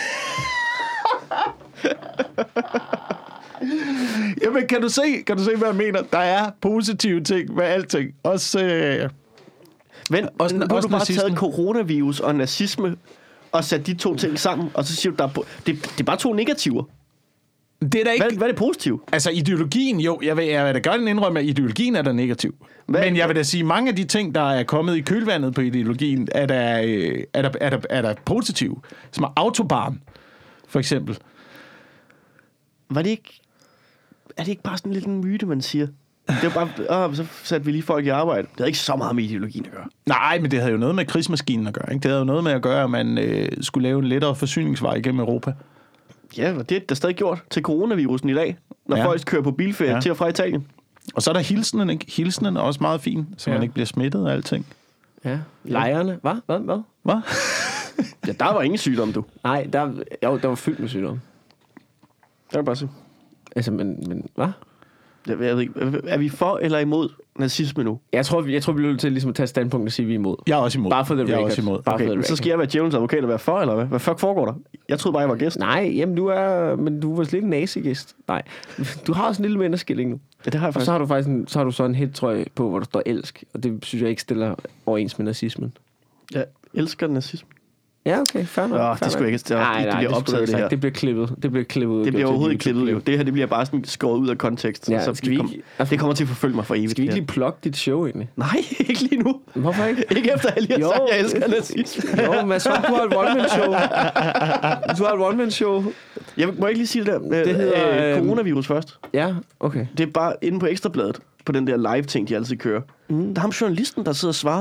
Jamen, kan du se, kan du se, hvad jeg mener? Der er positive ting med alting. Også... Øh, Men Også- også, nu har også du bare nazismen. taget coronavirus og nazisme og sat de to ting sammen, og så siger du, der er po- det, det er bare to negativer. det er da ikke... Hvad, hvad er det positive? Altså, ideologien, jo, jeg vil, jeg vil da godt indrømme, at ideologien er der negativ. Hvad- Men jeg vil da sige, mange af de ting, der er kommet i kølvandet på ideologien, er der, øh, er der, er der, er der positive. Som er autobahn, for eksempel. Var det ikke... Er det ikke bare sådan lidt en myte, man siger? Det var bare... Åh, så satte vi lige folk i arbejde. Det havde ikke så meget med ideologien at gøre. Nej, men det havde jo noget med krigsmaskinen at gøre. Ikke? Det havde jo noget med at gøre, at man øh, skulle lave en lettere forsyningsvej igennem Europa. Ja, og det er der stadig gjort til coronavirusen i dag, når Ja. ja. folk kører på bilferie Ja. ja. til og fra Italien. Og så er der hilsenen, ikke? Hilsenen er også meget fin, så ja. Ja. man ikke bliver smittet og alting. Ja. Lejrene. Hvad? Hvad? Hvad? Hvad? Ja, der var ingen sygdom, du. Nej, der, jo, der var fyldt med sygdom. Det kan jeg bare sige. Altså, men, men hvad? Jeg, jeg ved ikke, er vi for eller imod nazisme nu? Jeg tror, vi, jeg tror, vi bliver nødt til ligesom at tage et standpunkt og sige, at vi er imod. Jeg er også imod. Bare for the jeg er record. også imod. Bare Okay, for the men så record. skal jeg være djævelens advokat og være for, eller hvad? Hvad fuck foregår der? Jeg troede bare, jeg var gæst. Nej, jamen du er, men du var slet ikke nazigæst. Nej, du har også en lille mænderskilling nu. Ja, det har jeg Og faktisk. så har du faktisk en, så har du så en hættrøje på, hvor der står elsk, og det synes jeg ikke stiller overens med nazismen. Jeg elsker nazisme. Ja, okay, fair nok. Nå, fair det skulle nok. jeg ikke- det er- Nej, det nej, bliver skulle optaget, du ikke det sagt. her. Det bliver klippet. Det bliver klippet. Det bliver gjort overhovedet ikke til klippet. Jo. YouTube-klip. Det her det bliver bare sådan skåret ud af kontekst. Ja, så skal vi kom- ikke- det kommer til at forfølge mig for evigt. Skal vi ikke det lige plukke dit show egentlig? her. Nej, ikke lige nu. Hvorfor ikke? Ikke efter jeg lige har Jo. sagt, at jeg elsker nazisme. Jo, Mads, du har et one-man-show. Du har et one-man-show. Jeg må ikke lige sige det der. Det hedder, øh, øh, coronavirus først. Ja, okay. Det er bare inde på Ekstrabladet, på den der live-ting, de altid kører. Mm. Der er ham journalisten, der sidder og svarer.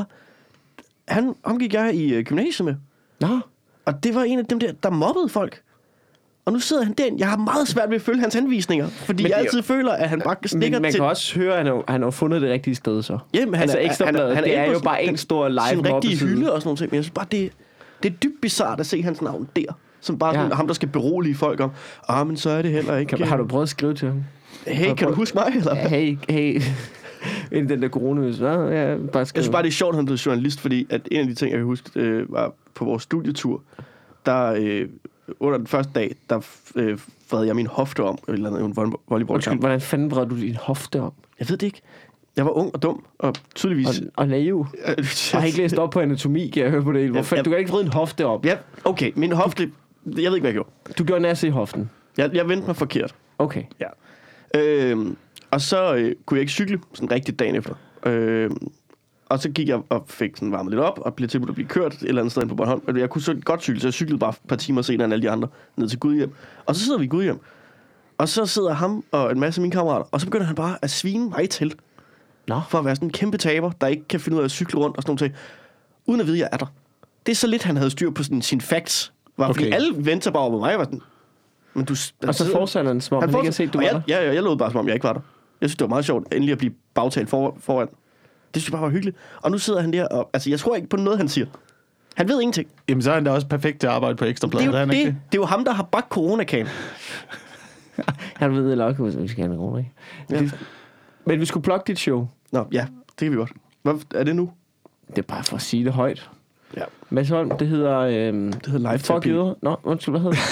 Han omgik jeg i øh, gymnasiet med. Nå, Og det var en af dem der, der mobbede folk. Og nu sidder han der. Jeg har meget svært ved at følge hans anvisninger. Fordi Men jeg det- altid føler, at han bare stikker men man til... kan også høre, at han har, han har fundet det rigtige sted så. Jamen, han altså er- Ekstrabladet, han er- han er det inde er på jo sin- bare en stor live sin rigtige mobbeside. hylde og sådan nogle ting. Men jeg synes bare, det, det er dybt bizarrt at se hans navn der. Som bare Ja. sådan, ham, der skal berolige folk om. Ah, men så er det heller ikke... Kan, har du prøvet at skrive til ham? Hey, kan du huske mig? Eller? hvad? Hey, hey. Inden den der coronavirus. Ja, ja, bare Jeg skriv. synes bare, det er sjovt, at han blev journalist, fordi at en af de ting, jeg kan huske, øh, var på vores studietur, der øh, under den første dag, der øh, vrede jeg min hofte om, et eller andet, en volley- Undskyld, volleyballkamp. hvordan fanden vred du din hofte om? Jeg ved det ikke. Jeg var ung og dum, og tydeligvis... Og, og naiv. Og har ikke læst op på anatomi, kan jeg høre på det. Hvor Ja, fanden, ja. du kan ikke vride en hofte op. Ja, okay, min hofte... Jeg ved ikke, hvad jeg gjorde. Du gjorde næse i hoften. Jeg, jeg vendte mig forkert. Okay. Ja. Øhm, og så øh, kunne jeg ikke cykle sådan rigtig dagen efter. Øhm, og så gik jeg og fik sådan varmet lidt op, og blev tilbudt at blive kørt et eller andet sted ind på Bornholm. Og jeg kunne så godt cykle, så jeg cyklede bare et par timer senere end alle de andre ned til Gudhjem. Og så sidder vi i Gudhjem. Og så sidder ham og en masse af mine kammerater, og så begynder han bare at svine mig til. Nå. For at være sådan en kæmpe taber, der ikke kan finde ud af at cykle rundt og sådan noget. Uden at vide, at jeg er der. Det er så lidt, han havde styr på sådan, sin facts. Var, okay. Fordi alle venter bare over på mig, og var sådan... Men du, og så fortsætter han, som om han, han ikke har set, du var jeg, der. Ja, ja, jeg lod bare, som om jeg ikke var der. Jeg synes, det var meget sjovt endelig at blive bagtalt for, foran. Det synes jeg bare var hyggeligt. Og nu sidder han der og... Altså, jeg tror ikke på noget, han siger. Han ved ingenting. Jamen, så er han da også perfekt til at arbejde på Ekstrabladet. Det er jo, han det, ikke det? det er jo ham, der har bagt coronakagen. Han ved eller også, at vi skal have en corona, ikke? Ja. Det, men vi skulle plukke dit show. Nå, ja, det kan vi godt. Hvad er det nu? Det er bare for at sige det højt. Ja. Mads Holm, det hedder... Øhm, det hedder Live Fuck Jøder. Nå, undskyld, hvad hedder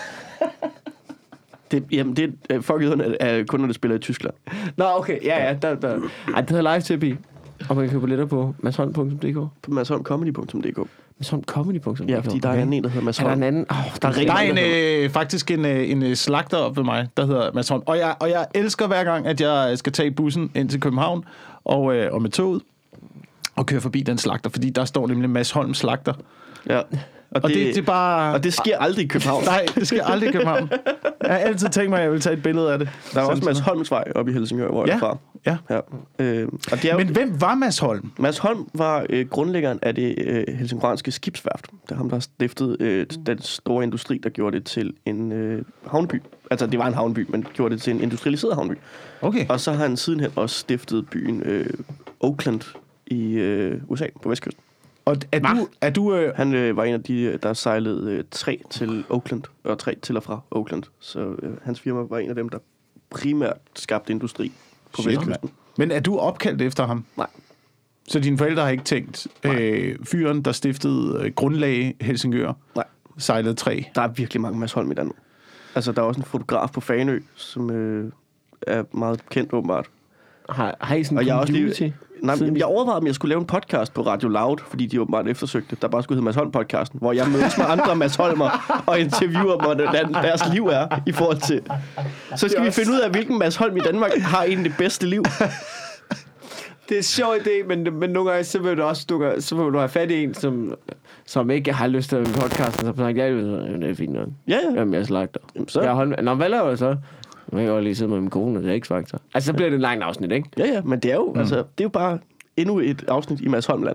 det? Jamen, det er, Fuck Jøderne er kun, når det spiller i Tyskland. Nå, okay, ja, ja. Der, der. Ej, det hedder Live Terapi. Og man kan købe billetter på mads holm punktum d k. På mads holm comedy punktum d k. mads holm comedy punktum d k. Ja, fordi der er en, der hedder Mads Holm. Er der en anden? Oh, der er, der er en, øh, faktisk en, øh, en slagter op ved mig, der hedder Mads Holm. Og jeg, og jeg elsker hver gang, at jeg skal tage bussen ind til København og, øh, og med toget og køre forbi den slagter, fordi der står nemlig Mads Holm slagter. Ja. Og, og det, det, det er bare... Og det sker aldrig i København. Nej, det sker aldrig i København. Jeg har altid tænkt mig, at jeg vil tage et billede af det. Der er også Mads Holmsvej oppe i Helsingør, hvor ja. jeg er fra. Ja. ja. Øh, og det er Men jo, hvem var Mads Holm? Mads Holm var øh, grundlæggeren af det øh, helsingøranske skibsværft. Det er ham, der har stiftet øh, den store industri, der gjorde det til en øh, havneby. Altså, det var en havneby, men gjorde det til en industrialiseret havneby. Okay. Og så har han sidenhen også stiftet byen øh, Oakland i øh, U S A, på vestkysten. Og er du... Er du øh... Han øh, var en af de, der sejlede øh, tre til Oakland, og tre til og fra Oakland. Så øh, hans firma var en af dem, der primært skabte industri på Shit, vestkysten. Men er du opkaldt efter ham? Nej. Så dine forældre har ikke tænkt, øh, fyren, der stiftede øh, grundlag Helsingør, Nej. Sejlede tre? Der er virkelig mange Mads Holm i Danmark. Altså, der er også en fotograf på Fanø, som øh, er meget kendt åbenbart. Har, har I sådan og en jeg community? Også lige, nej, men jeg overvejede, om jeg skulle lave en podcast på Radio Loud, fordi de åbenbart eftersøgte, der bare skulle hedde Mads Holm-podcasten, hvor jeg mødes med andre Mads Holmer og interviewer dem, hvordan deres liv er i forhold til... Så skal vi finde ud af, hvilken Mads Holm i Danmark har egentlig det bedste liv. Det er en sjov idé, men, men nogle gange, så vil du også du, så vil du have fat i en, som, som ikke har lyst til at være podcasten, så siger jeg, det er fint nok. Ja, ja. Jamen, jeg slagter. Jamen, så... Jeg holder, nå, hvad laver jeg så? Jeg kan godt lige sidde med min kone, det er X-Factor. Altså, så bliver det en lang afsnit, ikke? Ja, ja, men det er jo, mm. altså, det er jo bare endnu et afsnit i Mads Holmland.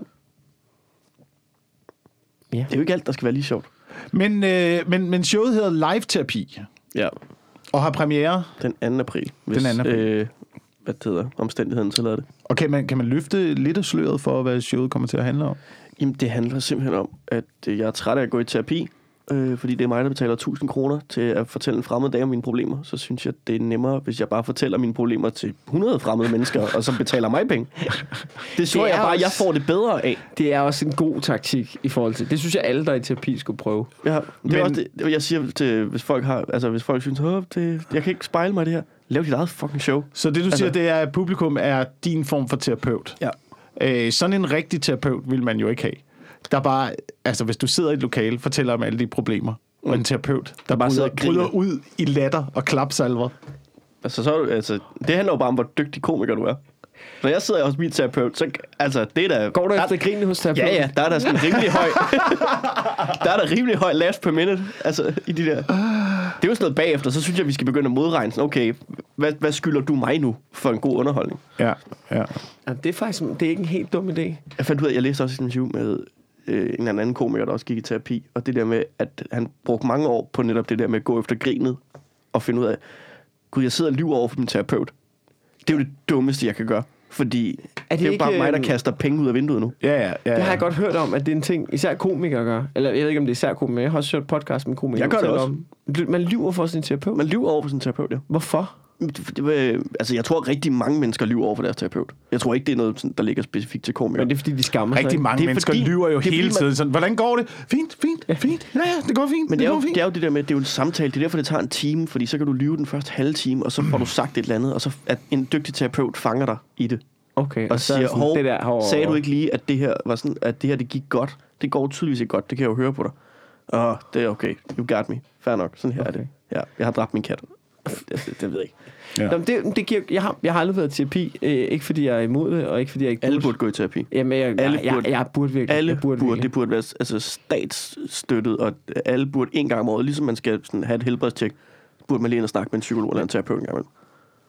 Ja. Det er jo ikke alt, der skal være lige sjovt. Men, øh, men, men showet hedder Live Terapi. Ja. Og har premiere? Den anden april. Hvis, Den anden april. Øh, hvad det hedder, omstændigheden tillader det. Og kan man, kan man løfte lidt af sløret for, hvad showet kommer til at handle om? Jamen, det handler simpelthen om, at jeg er træt af at gå i terapi, øh, fordi det er mig, der betaler tusind kroner til at fortælle en fremmed dame om mine problemer. Så synes jeg, det er nemmere, hvis jeg bare fortæller mine problemer til hundrede fremmede mennesker, og som betaler mig penge. Det tror det jeg bare, også, jeg får det bedre af. Det er også en god taktik i forhold til... Det synes jeg, alle, der er i terapi, skulle prøve. Ja, det Men, er også det, jeg siger til, hvis folk har... Altså, hvis folk synes, det, jeg kan ikke spejle mig i det her. Lav dit eget fucking show. Så det, du altså, siger, det er, at publikum er din form for terapeut. Ja. Øh, sådan en rigtig terapeut vil man jo ikke have. Der bare, altså hvis du sidder i et lokale, fortæller om alle de problemer, mm. og en terapeut, der bare bryder, bryder ud i latter og klapsalver. Altså, så, altså, det handler jo bare om, hvor dygtig komiker du er. Når jeg sidder hos min terapeut, så altså, det er der... Går du efter grinene hos terapeuten? Ja, ja, der er der sådan rimelig høj... der er der rimelig høj laughs per minute, altså, i de der... Det er jo sådan noget bagefter, så synes jeg, vi skal begynde at modregne sådan, okay, hvad, hvad skylder du mig nu for en god underholdning? Ja, ja. Ja, det er faktisk det er ikke en helt dum idé. Jeg fandt ud af, jeg læste også et interview med øh, en eller anden komiker, der også gik i terapi, og det der med, at han brugte mange år på netop det der med at gå efter grinet, og finde ud af, gud, jeg sidder og lyver over for min terapeut. Det er jo det dummeste, jeg kan gøre. Fordi er det, det er jo bare mig, der kaster penge ud af vinduet nu. Ja, ja, ja. Det har jeg godt hørt om, at det er en ting, især komikere gør. Eller jeg ved ikke, om det er især komikere. Jeg har også hørt podcast med komikere. Jeg gør det også. Om, man lyver for sin terapeut. Man lyver over for sin terapeut, ja. Hvorfor? Det, altså, jeg tror, rigtig mange mennesker lyver over for deres terapeut. Jeg tror ikke, det er noget, der ligger specifikt til komikere. Men det er, fordi de skammer sig. Rigtig mange det mennesker fordi, lyver jo hele man... tiden. Sådan, hvordan går det? Fint, fint, ja. fint. Ja, ja, det går fint. Men det, det, er jo, fint. det er jo det der med, det er jo en samtale. Det er derfor, det tager en time, fordi så kan du lyve den første halve time, og så får du sagt et eller andet, og så at en dygtig terapeut fanger dig i det. Okay, og, og siger, sådan, det der, hov, sagde du ikke lige, at det her var sådan, at det her det gik godt? Det går tydeligvis ikke godt, det kan jeg jo høre på dig. Åh, oh, det er okay, you got me. Fair nok, sådan her okay. er det. Ja, jeg har dræbt min kat. Det, det, det ved jeg ikke. Ja. Nå, det, det giver, jeg, har, jeg har aldrig været i terapi, øh, ikke fordi jeg er imod det, og ikke fordi jeg ikke burde. Alle burde gå i terapi. Jamen, jeg, alle jeg, burde, jeg, jeg burde virkelig. Alle jeg burde, burde, virkelig. det burde være altså, statsstøttet, og alle burde en gang om året, ligesom man skal sådan, have et helbredstjek, burde man lige ind og snakke med en psykolog eller en terapeut en gang imellem.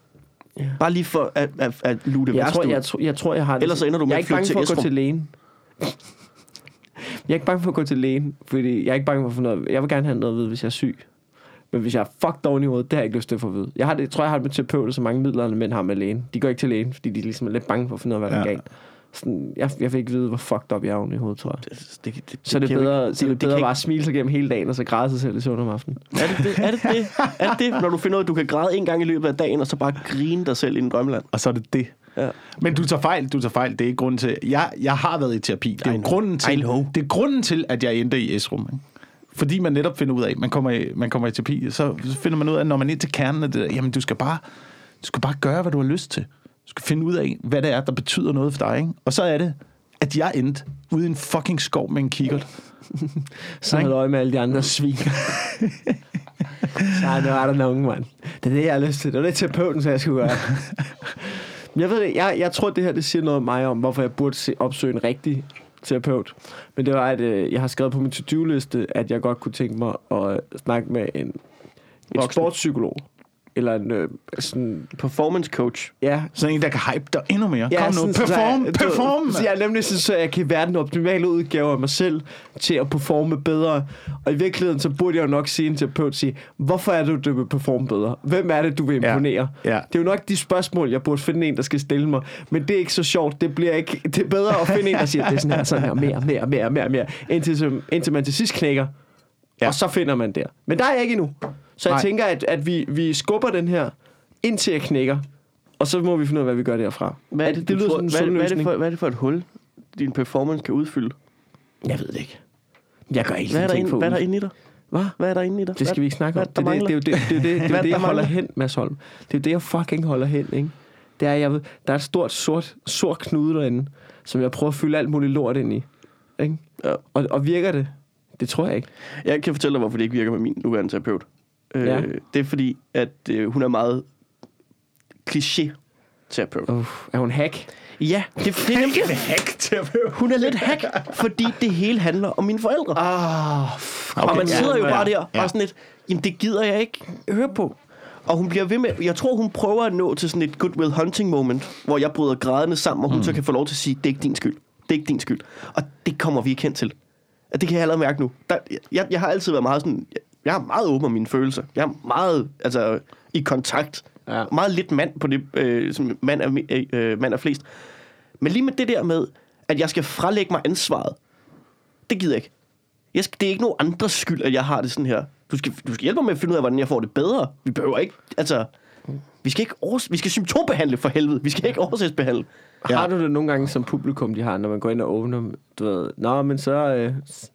Ja. Bare lige for at, at, at luge det jeg værste tror, ud. jeg, tror, jeg tror, jeg har det. Ellers så ender du med jeg er at ikke flytte bange til for at gå Esrum. til lægen. Jeg er ikke bange for at gå til lægen, fordi jeg er ikke bange for at få noget. Jeg vil gerne have noget at vide, hvis jeg er syg. Men hvis jeg er fucked oven i hovedet, det har jeg ikke lyst til at få at vide. Jeg har det, tror, jeg har det med terapeuter, så mange midlerne mænd har med lægen. De går ikke til lægen, fordi de ligesom er lidt bange for at finde ud af, hvad der er Ja. galt. Sådan, jeg, jeg vil ikke vide, hvor fucked up jeg er oven i hovedet, tror jeg. Det, det, det, Så er det kan jo bedre, ikke- så er det det bedre kan bare at smile sig gennem hele dagen, og så græde sig selv i søvn om aftenen. ikke- Er det det? Er det det? Er det det? Når du finder ud af, at du kan græde en gang i løbet af dagen, og så bare grine dig selv i en drømmeland. Og så er det det. Ja. Men du tager fejl, du tager fejl. Det er ikke grunden til... Jeg, jeg har været i terapi. Det er I jo know. grunden I til, know. det er grunden til, at jeg endte i Esrum. Ikke? Fordi man netop finder ud af, man kommer i, man kommer i terapi, så finder man ud af, når man er ind til kernen af det der, jamen du skal bare, du skal bare gøre, hvad du har lyst til. Du skal finde ud af, hvad det er, der betyder noget for dig. Ikke? Og så er det, at jeg endte ude i en fucking skov med en kikkert. Så havde øje med alle de andre svin. Nej, nu er der nogen, mand. Det er det, jeg har lyst til. Det var det terapeuten, så jeg skulle gøre. Men jeg ved det, jeg, jeg tror, det her det siger noget om mig, om hvorfor jeg burde se, opsøge en rigtig terapeut. Men det var, at øh, jeg har skrevet på min to-do-liste, at jeg godt kunne tænke mig at snakke med en, en sportspsykolog. Eller en øh, sådan... Performance coach. Ja, Sådan en, der kan hype dig endnu mere. ja, Kom nu, sådan, perform, så, jeg- perform! Du, så jeg er nemlig sådan, så jeg kan være den optimale udgave af mig selv til at performe bedre. Og i virkeligheden, så burde jeg jo nok sige en terapeut sige, hvorfor er det, du vil performe bedre? Hvem er det, du vil imponere? Ja, ja. Det er jo nok de spørgsmål, jeg burde finde en, der skal stille mig. Men det er ikke så sjovt. Det bliver ikke... Det er bedre at finde en, der siger, det er sådan her, sådan her, mere, mere, mere, mere, mere. Indtil, indtil man til sidst knækker. Ja. Og så finder man der. Men der er jeg ikke endnu. Så jeg Nej. tænker, at, at vi, vi skubber den her, indtil jeg knækker. Og så må vi finde ud af, hvad vi gør derfra. Hvad er det, det du lyder tror, som en hvad, er det, sund hvad, er det løsning. for, hvad er det for et hul, din performance kan udfylde? Jeg ved det ikke. Jeg gør ikke Hvad er der, ting inde, for hvad er der ud. inde i dig? Hvad? Hvad er der inde i dig? Det skal vi ikke snakke om. Hvad Det, er det, det, det, er jo det, det, det, det, det, Hvad er det, der jeg holder mangler? hen, Mads Holm. Det er jo det, jeg fucking holder hen, ikke? Det er, jeg ved, der er et stort, sort, sort knude derinde, som jeg prøver at fylde alt muligt lort ind i. Ikke? Ja. Og, og virker det? Det tror jeg ikke. Jeg kan fortælle dig, hvorfor det ikke virker med min nuværende terapeut. Ja. Øh, det er fordi, at øh, hun er meget kliché-terapeut. Uh, er hun hack? Ja, det, det er ikke Hack-terapeut. Hun er lidt hack, fordi det hele handler om mine forældre. Ah, Okay, og man sidder jo ja, bare der ja. og sådan lidt, jamen det gider jeg ikke høre på. Og hun bliver ved med, jeg tror hun prøver at nå til sådan et Good Will Hunting moment, hvor jeg bryder grædende sammen, og hun mm. så kan få lov til at sige, det er ikke din skyld. Det er ikke din skyld. Og det kommer vi ikke hen til. Og det kan jeg allerede mærke nu. Der, jeg, jeg har altid været meget sådan, jeg, jeg er meget åben om mine følelser. Jeg er meget, altså, i kontakt. Ja. Meget lidt mand på det, øh, som mand er, øh, mand er flest. Men lige med det der med, at jeg skal frelægge mig ansvaret, det gider jeg ikke. Jeg skal, det er ikke nogen andres skyld, at jeg har det sådan her. Du skal, du skal hjælpe mig med at finde ud af, hvordan jeg får det bedre. Vi behøver ikke, altså... Vi skal ikke års, vi skal symptombehandle for helvede. Vi skal ikke oversætsbehandle. ja. Har du det nogle gange som publikum, de har, når man går ind og åbner, du ved, nå, men så... Øh,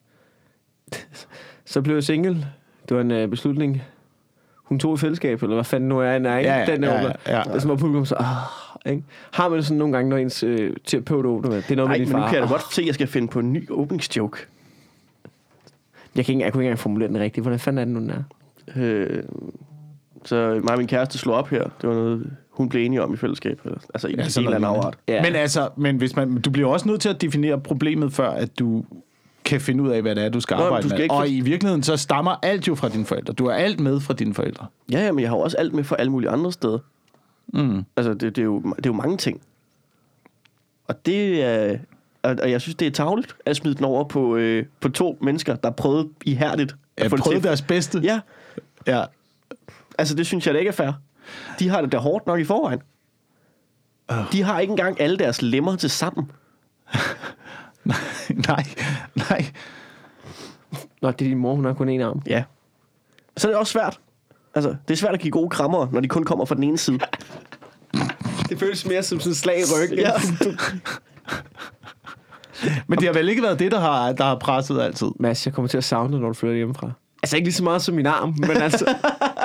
så blev jeg single. Det var en øh, beslutning. Hun tog i fællesskab, eller hvad fanden nu er en, er, ikke? Ja, ja, Den ja, åbner. ja, ja. Det er som at publikum så... Ah, ikke? Har man det sådan nogle gange, når ens øh, terapeut åbner med? Det er noget Nej, med men din nu far. kan jeg da Ah. godt se, at jeg skal finde på en ny åbningsjoke. Jeg, kan ikke, jeg kunne ikke engang formulere den rigtigt. Hvordan fanden er den nu, den er? Øh, så mig og min kæreste slog op her. Det var noget, hun blev enige om i fællesskab. Altså i Ja, ja, en sådan eller anden noget. afart. Ja. Men altså, men hvis man, du bliver også nødt til at definere problemet, før at du kan finde ud af, hvad det er, du skal Nå, men arbejde du skal med. ikke- Og i virkeligheden, så stammer alt jo fra dine forældre. Du har alt med fra dine forældre. Ja, ja, men jeg har jo også alt med fra alle mulige andre steder. Mm. Altså, det, det, er jo, det er jo mange ting. Og det er... Og, og jeg synes, det er tarveligt at smide den over på, øh, på to mennesker, der prøvede ihærdigt Jeg få det prøvede til. deres bedste. Ja, Ja. altså det synes jeg da ikke er fair. De har det da hårdt nok i forvejen. Oh. De har ikke engang alle deres lemmer til sammen. nej, nej. Nå, det er din mor, hun har kun en arm. Ja. Så er det også svært. Altså, det er svært at give gode krammer, når de kun kommer fra den ene side. Det føles mere som sådan et slag i ryggen. Ja. Men det har vel ikke været det, der har, der har presset altid. Mads, jeg kommer til at savne dig, når du flytter hjemmefra. Altså ikke lige så meget som min arm, men altså...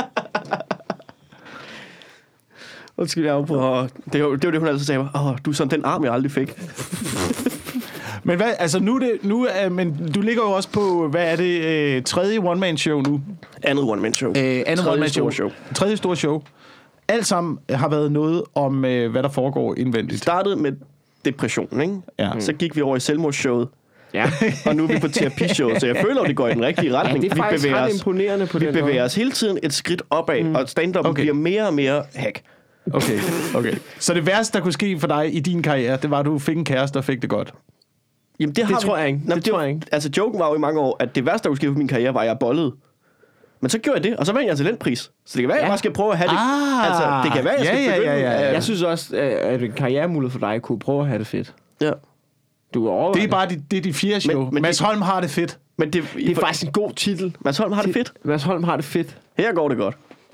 Undskyld, jeg afbryder. Og det var det, var det hun altid sagde. Åh, du er sådan den arm, jeg aldrig fik. Men hvad, altså nu, er det, nu er, men du ligger jo også på, hvad er det, øh, tredje one-man-show nu? Andet one-man-show. Øh, andet Tredje one-man-show. store show. Tredje store show. Alt sammen har været noget om, øh, hvad der foregår Vi indvendigt. startede med depression, ikke? Ja. Så gik vi over i selvmordsshowet. Ja. Og nu er vi på terapishowet, så jeg føler, at det går i den rigtige Ja, retning. det er vi faktisk bevæger ret os, imponerende på vi den bevæger måde. os hele tiden et skridt opad, mm. og stand-up Okay. okay. bliver mere og mere hack. Okay, okay. Så det værste, der kunne ske for dig i din karriere, det var, at du fik en kæreste og fik det godt? Jamen, det, har Det tror vi... jeg ikke. Nå, Det tror jeg ikke. Altså, joken var jo i mange år, at det værste, der kunne ske for min karriere, var, at jeg bollede. Men så gjorde jeg det, og så vandt jeg talentpris. Så det kan være, at Ja. jeg bare skal prøve at have det. Ah, altså, det kan være, at jeg ja, skal ja, begynde. ja, ja, ja. Jeg synes også, at en karrieremulighed for dig kunne prøve at have det fedt. ja. Du er over. Det er bare de, det er de fjerde show. Men- men Mads det- Holm har det fedt. Men det, Det er faktisk en god titel. Mads Holm har det fedt. Mads Holm har det fedt. Her går det godt.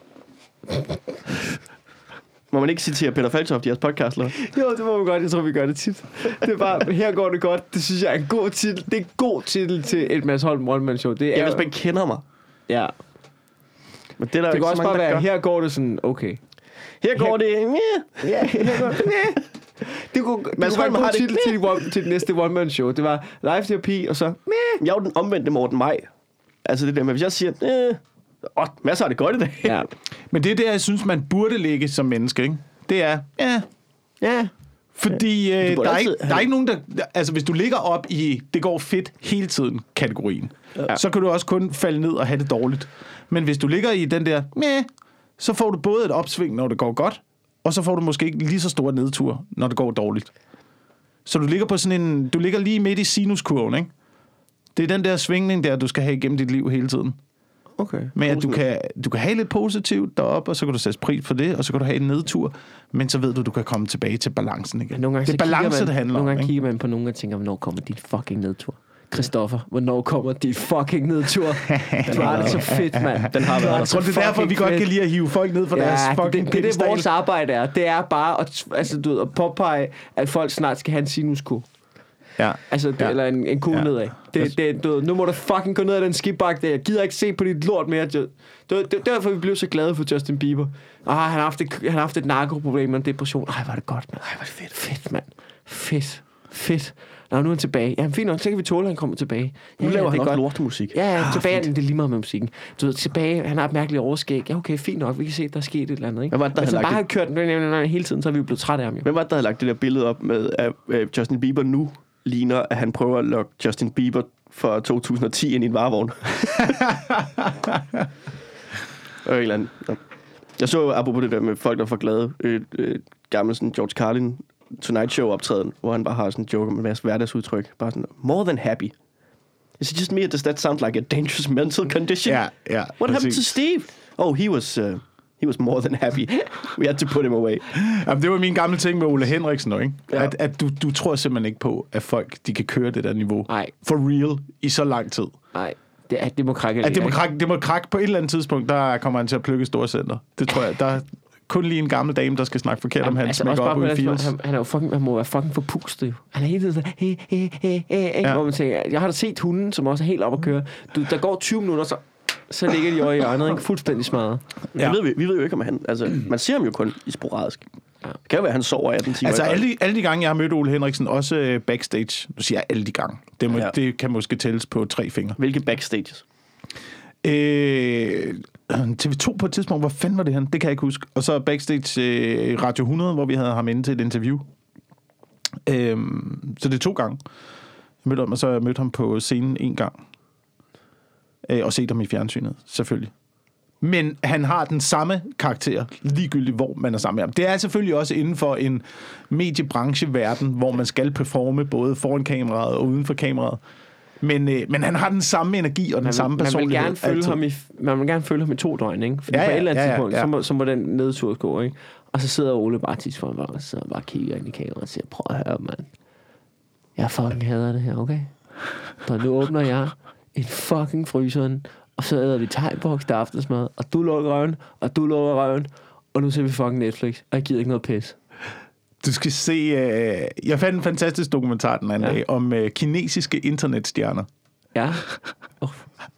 Må man ikke citere Peter Falktoft i jeres podcast, eller? Jo, det må vi godt. Jeg tror, vi gør det tit. Det er bare, her går det godt. Det synes jeg er en god titel. Det er en god titel til et Mads Holm one-man-show. Det er, Ja, hvis man kender mig. ja. Men det er der Det ikke kan så også mange, bare der være, gør. her går det sådan, okay. Her går det... Yeah. Ja, her går det. Det kunne, det Mads kunne være en Holm har god det- titel til, de one- til det næste one-man-show. Det var live-terapi, og så... Jeg er jo den omvendte Morten Maj. Altså det der med, hvis jeg siger... Øh, åh, Mads har det godt i dag. Ja. Men det er der, jeg synes, man burde ligge som menneske, ikke? Det er, ja, Ja. fordi øh, Du burde der, er altid ikke, have- der er ikke nogen, der... Altså, hvis du ligger op i, det går fedt hele tiden, kategorien, ja. så kan du også kun falde ned og have det dårligt. Men hvis du ligger i den der, meh, så får du både et opsving, når det går godt, og så får du måske ikke lige så store nedtur, når det går dårligt. Så du ligger på sådan en... Du ligger lige midt i sinuskurven, ikke? Det er den der svingning der, du skal have igennem dit liv hele tiden. Okay. Men at du kan, du kan have lidt positivt deroppe, og så kan du sætte pris for det, og så kan du have en nedtur, men så ved du, du kan komme tilbage til balancen igen. Nogle gange, det er så kigger balance, man, det handler nogle om. gange Ikke? kigger man på nogen og tænker, hvornår kommer dit fucking nedtur? Christoffer, hvornår kommer dit fucking nedtur? Du har det så fedt, mand. Den har været Du der. Jeg tror, det er derfor, vi godt kan lide at hive folk ned fra deres Ja, fucking det, det, det, det pedestal. vores arbejde er. Det er bare at, altså, du ved, at påpege, at folk snart skal have en sinuskur. Ja. Altså, det, Ja. eller en, en kugle Ja. ja. nedad. Det, det, du ved, nu må du fucking gå ned ad den skibakke der. Jeg gider ikke se på dit lort mere. Det, det, det, derfor vi blev så glade for Justin Bieber. Ah, han har haft et, han har haft et narkoproblem og en depression. Ej, var det godt, mand. Ej, var det fedt. Fedt, mand. Fedt. Fedt. Nå, nu er han tilbage. Ja, fint nok. Så kan vi tåle, at han kommer tilbage. Nu ja, laver det han er også godt. lortemusik. Ja, ja, Ah, tilbage. fint. Det er lige meget med musikken. Du ved, tilbage. Han har et mærkeligt overskæg. Ja, okay, fint nok. Vi kan se, at der er sket et eller andet, ikke? Hvad var det, der Hvis havde han bare lagt havde kørt den hele tiden, så er vi jo blevet trætte af ham, jo. Hvem var det, der havde lagt det der billede op med, at øh, Justin Bieber nu ligner, at han prøver at lokke Justin Bieber fra to tusind og ti ind i en varevogn? Og en eller anden. Ja. Jeg så, apropos det der med folk, der får glade, et, et gammelt sådan George Carlin Tonight Show optræden, hvor han bare har sådan en joke med en masse hverdagsudtryk. Bare sådan, more than happy. Is it just me, or does that sound like a dangerous mental condition? Ja, ja. What happened to præcis. Steve? Oh, he was... Uh, He was more than happy. We had to put him away. Jamen, det var min gamle ting med Ole Henriksen, ikke? Ja. At, at du, du tror simpelthen ikke på, at folk de kan køre det der niveau Nej. for real i så lang tid. Nej, det, er, det må krakke At det må ikke? krakke, det må krakke på et eller andet tidspunkt, der kommer han til at plukke storcenter. Det tror jeg. Der er kun lige en gammel dame, der skal snakke forkert om hans altså, make også bare op på ude i den Fields. måde, han, han, er jo fucking, han må være fucking forpustet. Jo. Han er hele tiden sådan, hey, hey, hey, hey, hey. Ja. Hvor man tænker, jeg har da set hunden, som også er helt op at køre. Du, der går tyve minutter, så, så ligger de over i hjørnet, ikke? Fuldstændig smadret. Ja. Vi, ved, vi ved jo ikke, om han... Altså, man ser ham jo kun i sporadisk. Ja. Det kan jo være, at han sover atten timer. Altså i døgnet. alle de, alle de gange, jeg har mødt Ole Henriksen, også øh, backstage, nu siger jeg alle de gange, det, må, Ja. ja. det kan måske tælles på tre fingre. Hvilke backstages? Øh, T V to på et tidspunkt, hvor fanden var det han? Det kan jeg ikke huske. Og så backstage øh, Radio hundrede, hvor vi havde ham inde til et interview. Øh, så det er to gange. Jeg mødte ham, og så har jeg mødt ham på scenen en gang. Øh, og set ham i fjernsynet, selvfølgelig. Men han har den samme karakter, ligegyldigt hvor man er sammen med ham. Det er selvfølgelig også inden for en mediebrancheverden, hvor man skal performe både foran kameraet og uden for kameraet. Men, øh, men han har den samme energi og den Man, samme man, vil personlighed. gerne følge altid. ham i, man vil gerne følge ham i to døgn, ikke? Fordi Ja, på ja, et eller andet ja, ja, tidspunkt, ja. Så, må, så må den nedtur gå, ikke? Og så sidder Ole bare tit for mig, og så bare kigger ind i kameraet og siger, prøv at høre, mand. Jeg fucking hader det her, okay? Så nu åbner jeg en fucking fryseren, og så æder vi thai-boks til aftensmad, og du lukker røven, og du lukker røven, og nu ser vi fucking Netflix, og jeg gider ikke noget pis. Du skal se... Øh, jeg fandt en fantastisk dokumentar den anden Ja. dag om øh, kinesiske internetstjerner. Ja? Oh.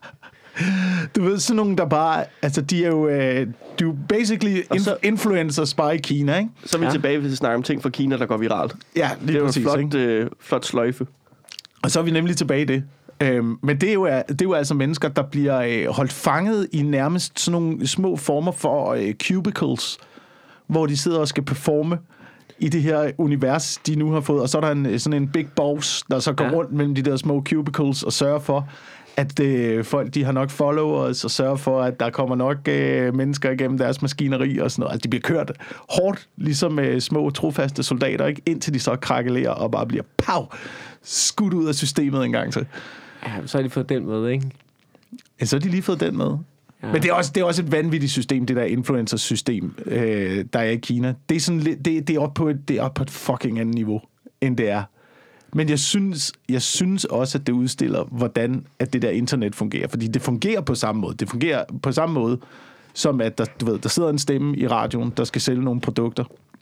Du ved, sådan nogle, der bare... Altså, de er jo... Øh, du er basically Og så- inf- influencers bare i Kina, ikke? Så er vi Ja. tilbage, hvis vi snakker om ting fra Kina, der går viralt. Ja, Det lige er jo en præcis, flot, ikke? øh, flot sløjfe. Og så er vi nemlig tilbage i det. Øhm, men det er, jo, det er jo altså mennesker, der bliver øh, holdt fanget i nærmest sådan nogle små former for øh, cubicles, hvor de sidder og skal performe i det her univers, de nu har fået. Og så er der en, sådan en big boss, der så går Ja. rundt mellem de der små cubicles og sørger for, at øh, folk de har nok followers og sørger for, at der kommer nok øh, mennesker igennem deres maskineri og sådan noget. Altså, de bliver kørt hårdt, ligesom øh, små trofaste soldater, ikke? Indtil de så krakelerer og bare bliver pow, skudt ud af systemet en gang til. Ja, så har de fået den med, ikke? Ja, så har de lige fået den med. Ja. Men det er, også, det er også et vanvittigt system, det der influencer-system, øh, der er i Kina. Det er, sådan, det, det er oppe på et, det er oppe på et fucking andet niveau, end det er. Men jeg synes, jeg synes også, at det udstiller, hvordan at det der internet fungerer. Fordi det fungerer på samme måde. Det fungerer på samme måde, som at der, du ved, der sidder en stemme i radioen, der skal sælge nogle produkter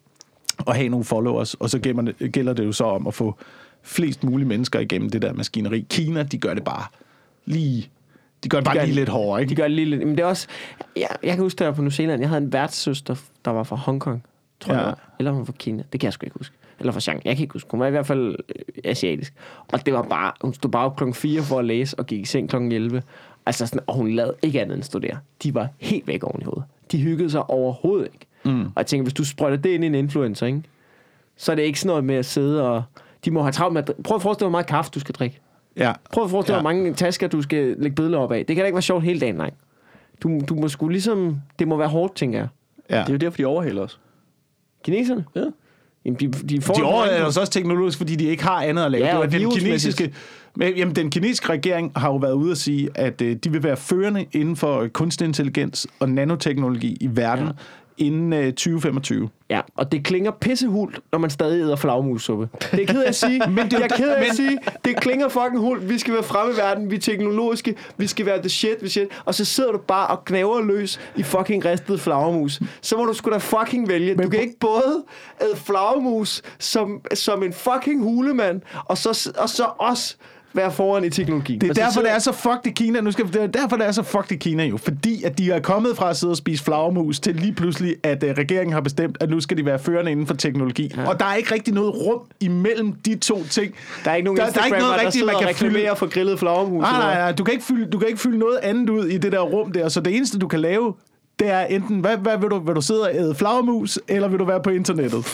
og have nogle followers. Og så gælder det, gælder det jo så om at få flest mulige mennesker igennem det der maskineri. Kina, de gør det bare lige... De gør det bare de gør, lige lidt hårdere, ikke? De gør det lige lidt... Men det er også... Jeg, jeg kan huske, der på New Zealand, jeg havde en værtssøster, der var fra Hongkong, tror ja. jeg. Eller hun var fra Kina. Det kan jeg sgu ikke huske. Eller fra Shanghai. Jeg kan ikke huske. Hun var i hvert fald øh, asiatisk. Og det var bare... Hun stod bare op klokken fire for at læse, og gik i seng klokken elleve. Altså sådan... Og hun lavede ikke andet end studere. De var helt væk oven i hovedet. De hyggede sig overhovedet ikke. Mm. Og jeg tænker, hvis du sprøjter det ind i en influencer, ikke? Så er det ikke sådan noget med at sidde og... De må have travlt med at... Prøv at forestille dig, hvor meget kaffe du skal drikke. Ja. Prøv at forestille dig, ja. hvor mange tasker du skal lægge billeder op af. Det kan da ikke være sjovt hele dagen, nej. Du, du må sgu ligesom... Det må være hårdt, tænker jeg. Ja. Det er jo derfor, de overhælder os. Kineserne? Ja. Jamen, de, de, får de overhælder os også teknologisk, fordi de ikke har andet at lave. Ja, det var den kinesiske... Men, jamen, den kinesiske regering har jo været ude at sige, at øh, de vil være førende inden for kunstig intelligens og nanoteknologi i verden, ja. inden øh, tyve femogtyve. Ja, og det klinger pissehult, når man stadig æder flagmussuppe. Det er ked af at sige. men det, jeg er ked af men... at sige. Det klinger fucking hult. Vi skal være fremme i verden. Vi er teknologiske. Vi skal være the shit, the shit. Og så sidder du bare og knæver løs i fucking ristet flagermus. Så må du sgu da fucking vælge. Du kan ikke både æde flagermus som, som en fucking hulemand, og så, og så også... være foran i teknologi. Det er derfor, det er så fucked i Kina. Nu skal, det er derfor, det er så fucked i Kina jo. Fordi at de er kommet fra at sidde og spise flagermus til lige pludselig, at uh, regeringen har bestemt, at nu skal de være førende inden for teknologi. Ja. Og der er ikke rigtig noget rum imellem de to ting. Der er ikke nogen der, Instagrammer, der, er ikke noget der rigtigt, man kan reklamere for grillet flagermus. Nej, nej, nej. Du kan, ikke fylde, du kan ikke fylde noget andet ud i det der rum der. Så det eneste, du kan lave, det er enten, hvad, hvad vil du, vil du sidde og æde flagermus, eller vil du være på internettet?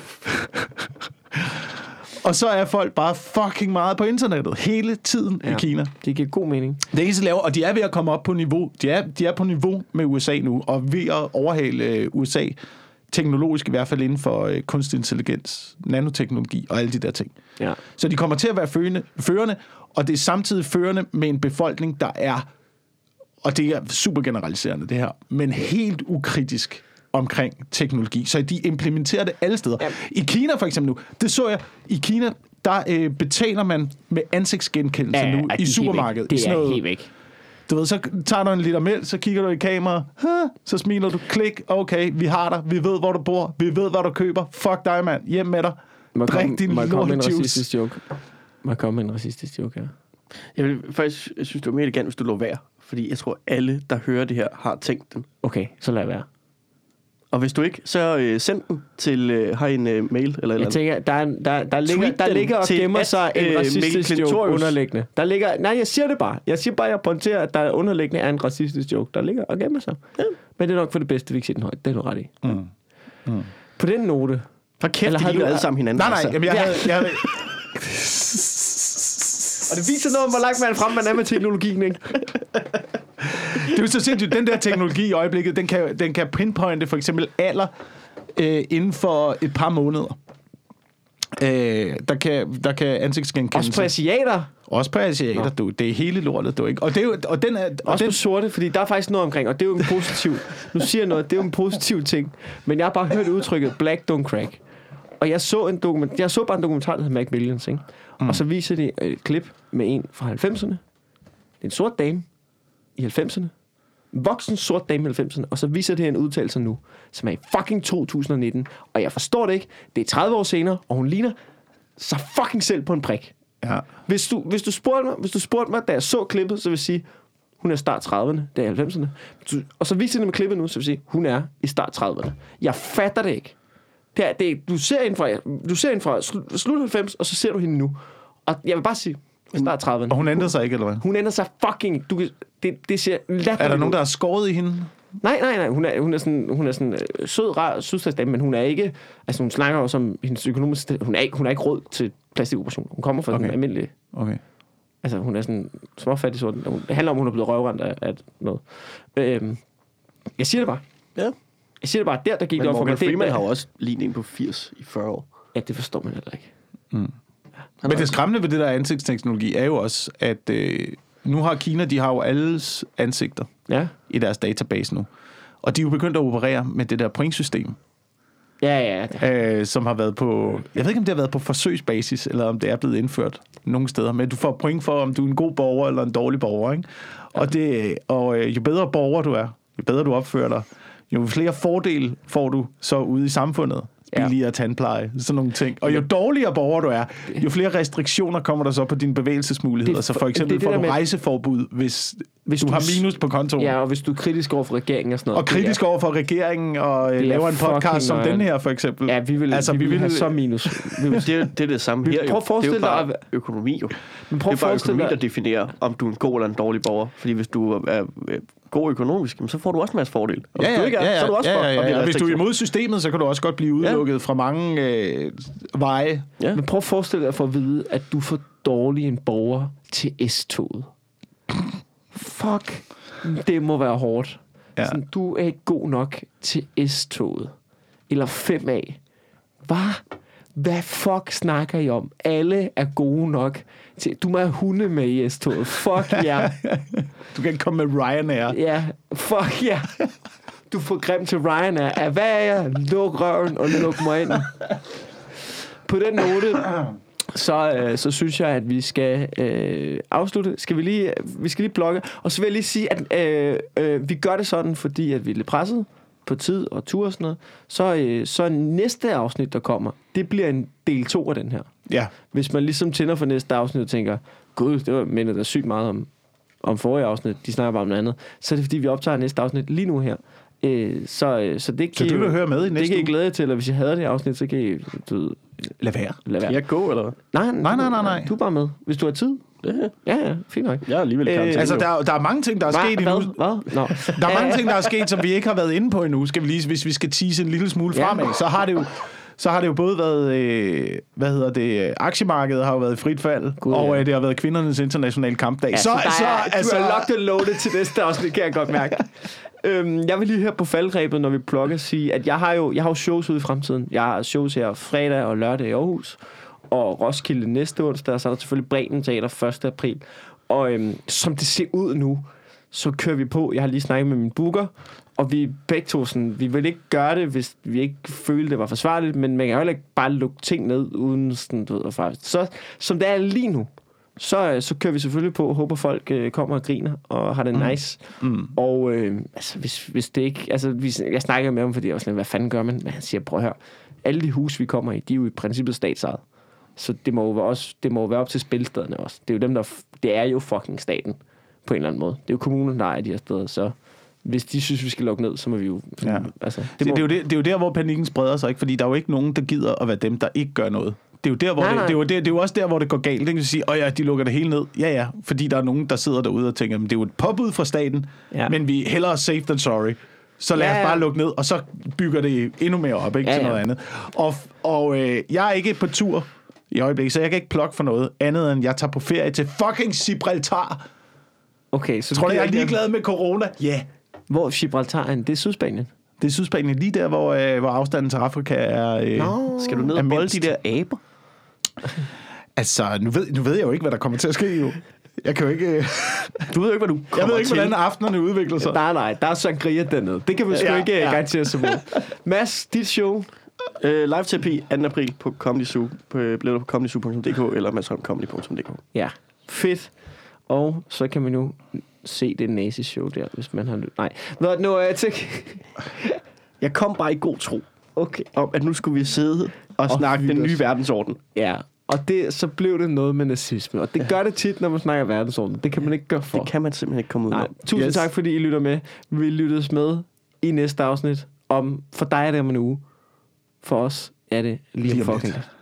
Og så er folk bare fucking meget på internettet hele tiden ja, i Kina. Det giver god mening. Det er ikke så lavt, og de er ved at komme op på niveau. De er, de er på niveau med U S A nu, og ved at overhale U S A teknologisk, i hvert fald inden for uh, kunstig intelligens, nanoteknologi og alle de der ting. Ja. Så de kommer til at være førende, førende, og det er samtidig førende med en befolkning, der er, og det er super generaliserende det her, men helt ukritisk omkring teknologi. Så de implementerer det alle steder. Ja. I Kina for eksempel nu, det så jeg, i Kina, der øh, betaler man med ansigtsgenkendelse ja, nu i supermarkedet. Det er noget, helt væk. Du ved, så tager du en liter mælk, så kigger du i kamera, så smiler du, klik, okay, vi har dig, vi ved, hvor du bor, vi ved, hvad du køber, fuck dig, mand, hjem med dig, drik din lortejuice. Må komme med en racistisk joke her? Jeg vil faktisk, jeg synes, det var mere elegant, hvis du lå være, fordi jeg tror, alle, der hører det her, har tænkt den. Okay, så lad være. Og hvis du ikke, så øh, send den til, øh, har en øh, mail eller eller Jeg tænker, der, er, der, der, ligger, der ligger og gemmer at, sig en øh, racistisk joke underliggende. Der ligger, nej, jeg siger det bare. Jeg siger bare, jeg pointerer, at der underliggende er en racistisk joke, der ligger og gemmer sig. Ja. Men det er nok for det bedste, vi ikke siger den højt. Det er du ret i. Mm. Mm. På den note. For kæft, de ligner alle sammen hinanden. Nej, nej, jamen, jeg havde... Jeg havde og det viser noget om, hvor langt man er frem, man er med teknologien, ikke? Det er jo så sindssygt, den der teknologi i øjeblikket, den kan, den kan pinpointe for eksempel alder øh, inden for et par måneder. Øh, der kan, der kan ansigtsgenkendelse. Også på asiater? Også på asiater, du. Det er hele lortet, du, ikke? Og, det er jo, og den er... Og også den, på sorte, fordi der er faktisk noget omkring, og det er jo en positiv... Nu siger jeg noget, det er jo en positiv ting. Men jeg har bare hørt udtrykket, black don't crack. Og jeg så, en dokument, jeg så bare en dokumentar, der hedder McMillions, ikke? Mm. Og så viser de et klip med en fra halvfemserne. Det er en sort dame i halvfemserne. En voksen sort dame i halvfemserne. Og så viser det en udtalelse nu, som er i fucking to tusind nitten. Og jeg forstår det ikke. Det er tredive år senere, og hun ligner sig fucking selv på en prik. Ja. Hvis du, hvis du spurgte mig, hvis du spurgte mig, da jeg så klippet, så vil jeg sige, hun er start trediverne, det er halvfemserne. Og så viser det med klippet nu, så vil jeg sige, hun er i start trediverne. Jeg fatter det ikke. Det er, det er, du ser ind fra, du ser ind fra sl- slut halvfems, og så ser du hende nu. Og jeg vil bare sige, start trediverne. Og hun ændrer sig ikke, eller hvad? Hun ændrer sig fucking... Du, det, det ser latterligt. Er der nogen, der har skåret i hende? Nej, nej, nej. Hun er, hun er sådan, hun er sådan øh, sød, rar sydstatsdame, men hun er ikke... Altså, hun snakker jo som hendes økonomiske... Hun er ikke, hun er ikke råd til plastikoperation. Hun kommer fra okay. den almindelige... Okay. Altså, hun er sådan småfattig sort. Det handler om, hun er blevet røvrendt af, af noget. Øhm, jeg siger det bare. Ja. Jeg siger det bare, der, der gik Men det op for Morgan mig. Freeman det, har jo også lignet en på firs i fyrre år. Ja, det forstår man heller ikke. Mm. Men det skræmmende ved det der ansigtsteknologi er jo også, at øh, nu har Kina, de har jo alles ansigter ja. i deres database nu. Og de er jo begyndt at operere med det der pointsystem. Ja, ja, ja. Øh, som har været på, jeg ved ikke, om det har været på forsøgsbasis, eller om det er blevet indført nogle steder, men du får point for, om du er en god borger eller en dårlig borger, ikke? Ja. Og, det, og øh, jo bedre borger du er, jo bedre du opfører dig, jo flere fordele får du så ude i samfundet. Billigere tandpleje, sådan nogle ting. Og jo dårligere borger du er, jo flere restriktioner kommer der så på dine bevægelsesmuligheder. Det, så for eksempel det, det får du med rejseforbud, hvis, hvis du, du har minus på kontoen. Ja, og hvis du er kritisk over for regeringen og sådan noget. Og kritisk over for regeringen, og laver en podcast som den her, for eksempel. Ja, vi vil, altså, vi, vi vil have så minus. Vi vil, det, det er det samme her, jo. Det er jo bare dig, økonomi, jo. Men prøv det er bare økonomi, der definerer, om du er en god eller en dårlig borger. Fordi hvis du er god økonomisk, så får du også en masse fordel. Og ja, hvis du ikke er, ja, ja, så er du også ja, for. Ja, ja, ja. Og hvis du er imod systemet, så kan du også godt blive udelukket ja. fra mange øh, veje. Ja. Men prøv at forestille dig for at vide, at du får dårlig en borger til S-toget. Fuck. Det må være hårdt. Ja. Sådan, du er ikke god nok til S-toget. Eller fem A. Hvad? Hvad fuck snakker I om? Alle er gode nok til... Du må have hunde med i S-toget. Fuck ja. Yeah. Du kan ikke komme med Ryanair. Ja, fuck ja. Yeah. Du får grim til Ryanair. Ja, hvad er jeg? Luk røven og luk mig ind. På den note... Så, øh, så synes jeg, at vi skal øh, afslutte. Skal vi lige, vi skal lige blogge. Og så vil jeg lige sige, at øh, øh, vi gør det sådan, fordi at vi er lidt presset på tid og tur og sådan noget. Så, øh, så næste afsnit, der kommer, det bliver en del to af den her. Ja. Hvis man ligesom tænder for næste afsnit og tænker, gud, det var mindet der sygt meget om, om forrige afsnit, de snakker bare om noget andet, så er det fordi, vi optager næste afsnit lige nu her. Øh, så, så det kan så du I, vil høre med i næste det kan I uge? glæde jer til, eller hvis I hader det afsnit, så kan I... Du, lad være. Lad være. Kan jeg gå, eller hvad? Nej, nej, nej, nej, nej. Du er bare med, hvis du har tid. Det ja, ja, fint nok. Jeg er alligevel øh, altså, der, der er mange ting, der er Hva? sket Hvad? endnu. Hvad? No. Der er mange ting, der er sket, som vi ikke har været inde på endnu. Skal vi lige, hvis vi skal tease en lille smule ja. fremad, så har det jo så har det jo både været, øh, hvad hedder det, aktiemarkedet har jo været i frit fald, God, og øh, det har været kvindernes internationale kampdag. Ja, så, så, der så, er, altså, du er locked and loaded til næste afsnit, kan jeg godt mærke. øhm, jeg vil lige her på faldrebet, når vi plukker, sige, at jeg har jo jeg har jo shows ude i fremtiden. Jeg har shows her fredag og lørdag i Aarhus, og Roskilde næste onsdag, og så er der selvfølgelig Bremen Teater første april. Og øhm, som det ser ud nu, så kører vi på. Jeg har lige snakket med min booker, og vi begge to sådan, vi vil ikke gøre det, hvis vi ikke følte, det var forsvarligt, men man kan heller ikke bare lukke ting ned, uden sådan, du ved, faktisk. Så som det er lige nu, så, så kører vi selvfølgelig på, håber folk øh, kommer og griner, og har det mm. nice. Mm. Og øh, altså, hvis, hvis det ikke, altså, vi, jeg snakker med ham, fordi jeg var sådan, hvad fanden gør man? Men han siger, prøv at høre, alle de hus, vi kommer i, de er jo i princippet statsejet. Så det må jo være, også, det må jo være op til spilstederne også. Det er jo dem, der, det er jo fucking staten, på en eller anden måde. Det er jo kommunen, der ejer de her steder, så hvis de synes, vi skal lukke ned, så må vi jo... Ja. Altså, det, det, må... det, er jo det, det er jo der, hvor panikken spreder sig, ikke? Fordi der er jo ikke nogen, der gider at være dem, der ikke gør noget. Det er jo der, hvor nej, det, nej. det, er jo det, det er jo også der, hvor det går galt. Det kan sige, åh ja, de lukker det hele ned. Ja, ja, fordi der er nogen, der sidder derude og tænker, det er jo et påbud fra staten, ja. men vi er hellere safe than sorry. Så lad ja, ja. os bare lukke ned, og så bygger det endnu mere op, ikke? Ja, til noget ja. andet. Og, og øh, jeg er ikke på tur i øjeblikket, så jeg kan ikke plukke for noget andet, end jeg tager på ferie til fucking Gibraltar. Okay, så tror du, jeg er ligeglad med corona? Ja. Yeah. Hvor Gibraltar er? Det er Sydspanien. Det er Sydspanien, lige der, hvor, øh, hvor afstanden til Afrika er... Øh, Nå, skal du ned og bolde de der aber? Altså, nu ved, nu ved jeg jo ikke, hvad der kommer til at ske, jo. Jeg kan jo ikke... Øh, du ved jo ikke, hvad du Jeg ved ikke, til. hvordan aftenerne udvikler sig. Nej, nej, der er sangria dernede. Det kan vi sgu ja, ikke ja. garantere sig mod. Mads, dit show? Uh, live terapi anden april på Comedy Zoo. På, bliver på comedy zoo punktum d k eller madsholmcomedy punktum d k. Ja, fedt. Og så kan man jo se det nazi-show der, hvis man har lyst. Nej, hvad nu er jeg til? Jeg kom bare i god tro. Okay. Om, at nu skulle vi sidde og, og snakke den nye verdensorden. Ja, og det, så blev det noget med nazisme. Og det gør det tit, når man snakker verdensorden. Det kan man ikke gøre for. Det kan man simpelthen ikke komme ud af. Tusind yes. tak, fordi I lytter med. Vi lyttes med i næste afsnit. Om, for dig er det om en uge. For os er det lige, lige om fucking lidt.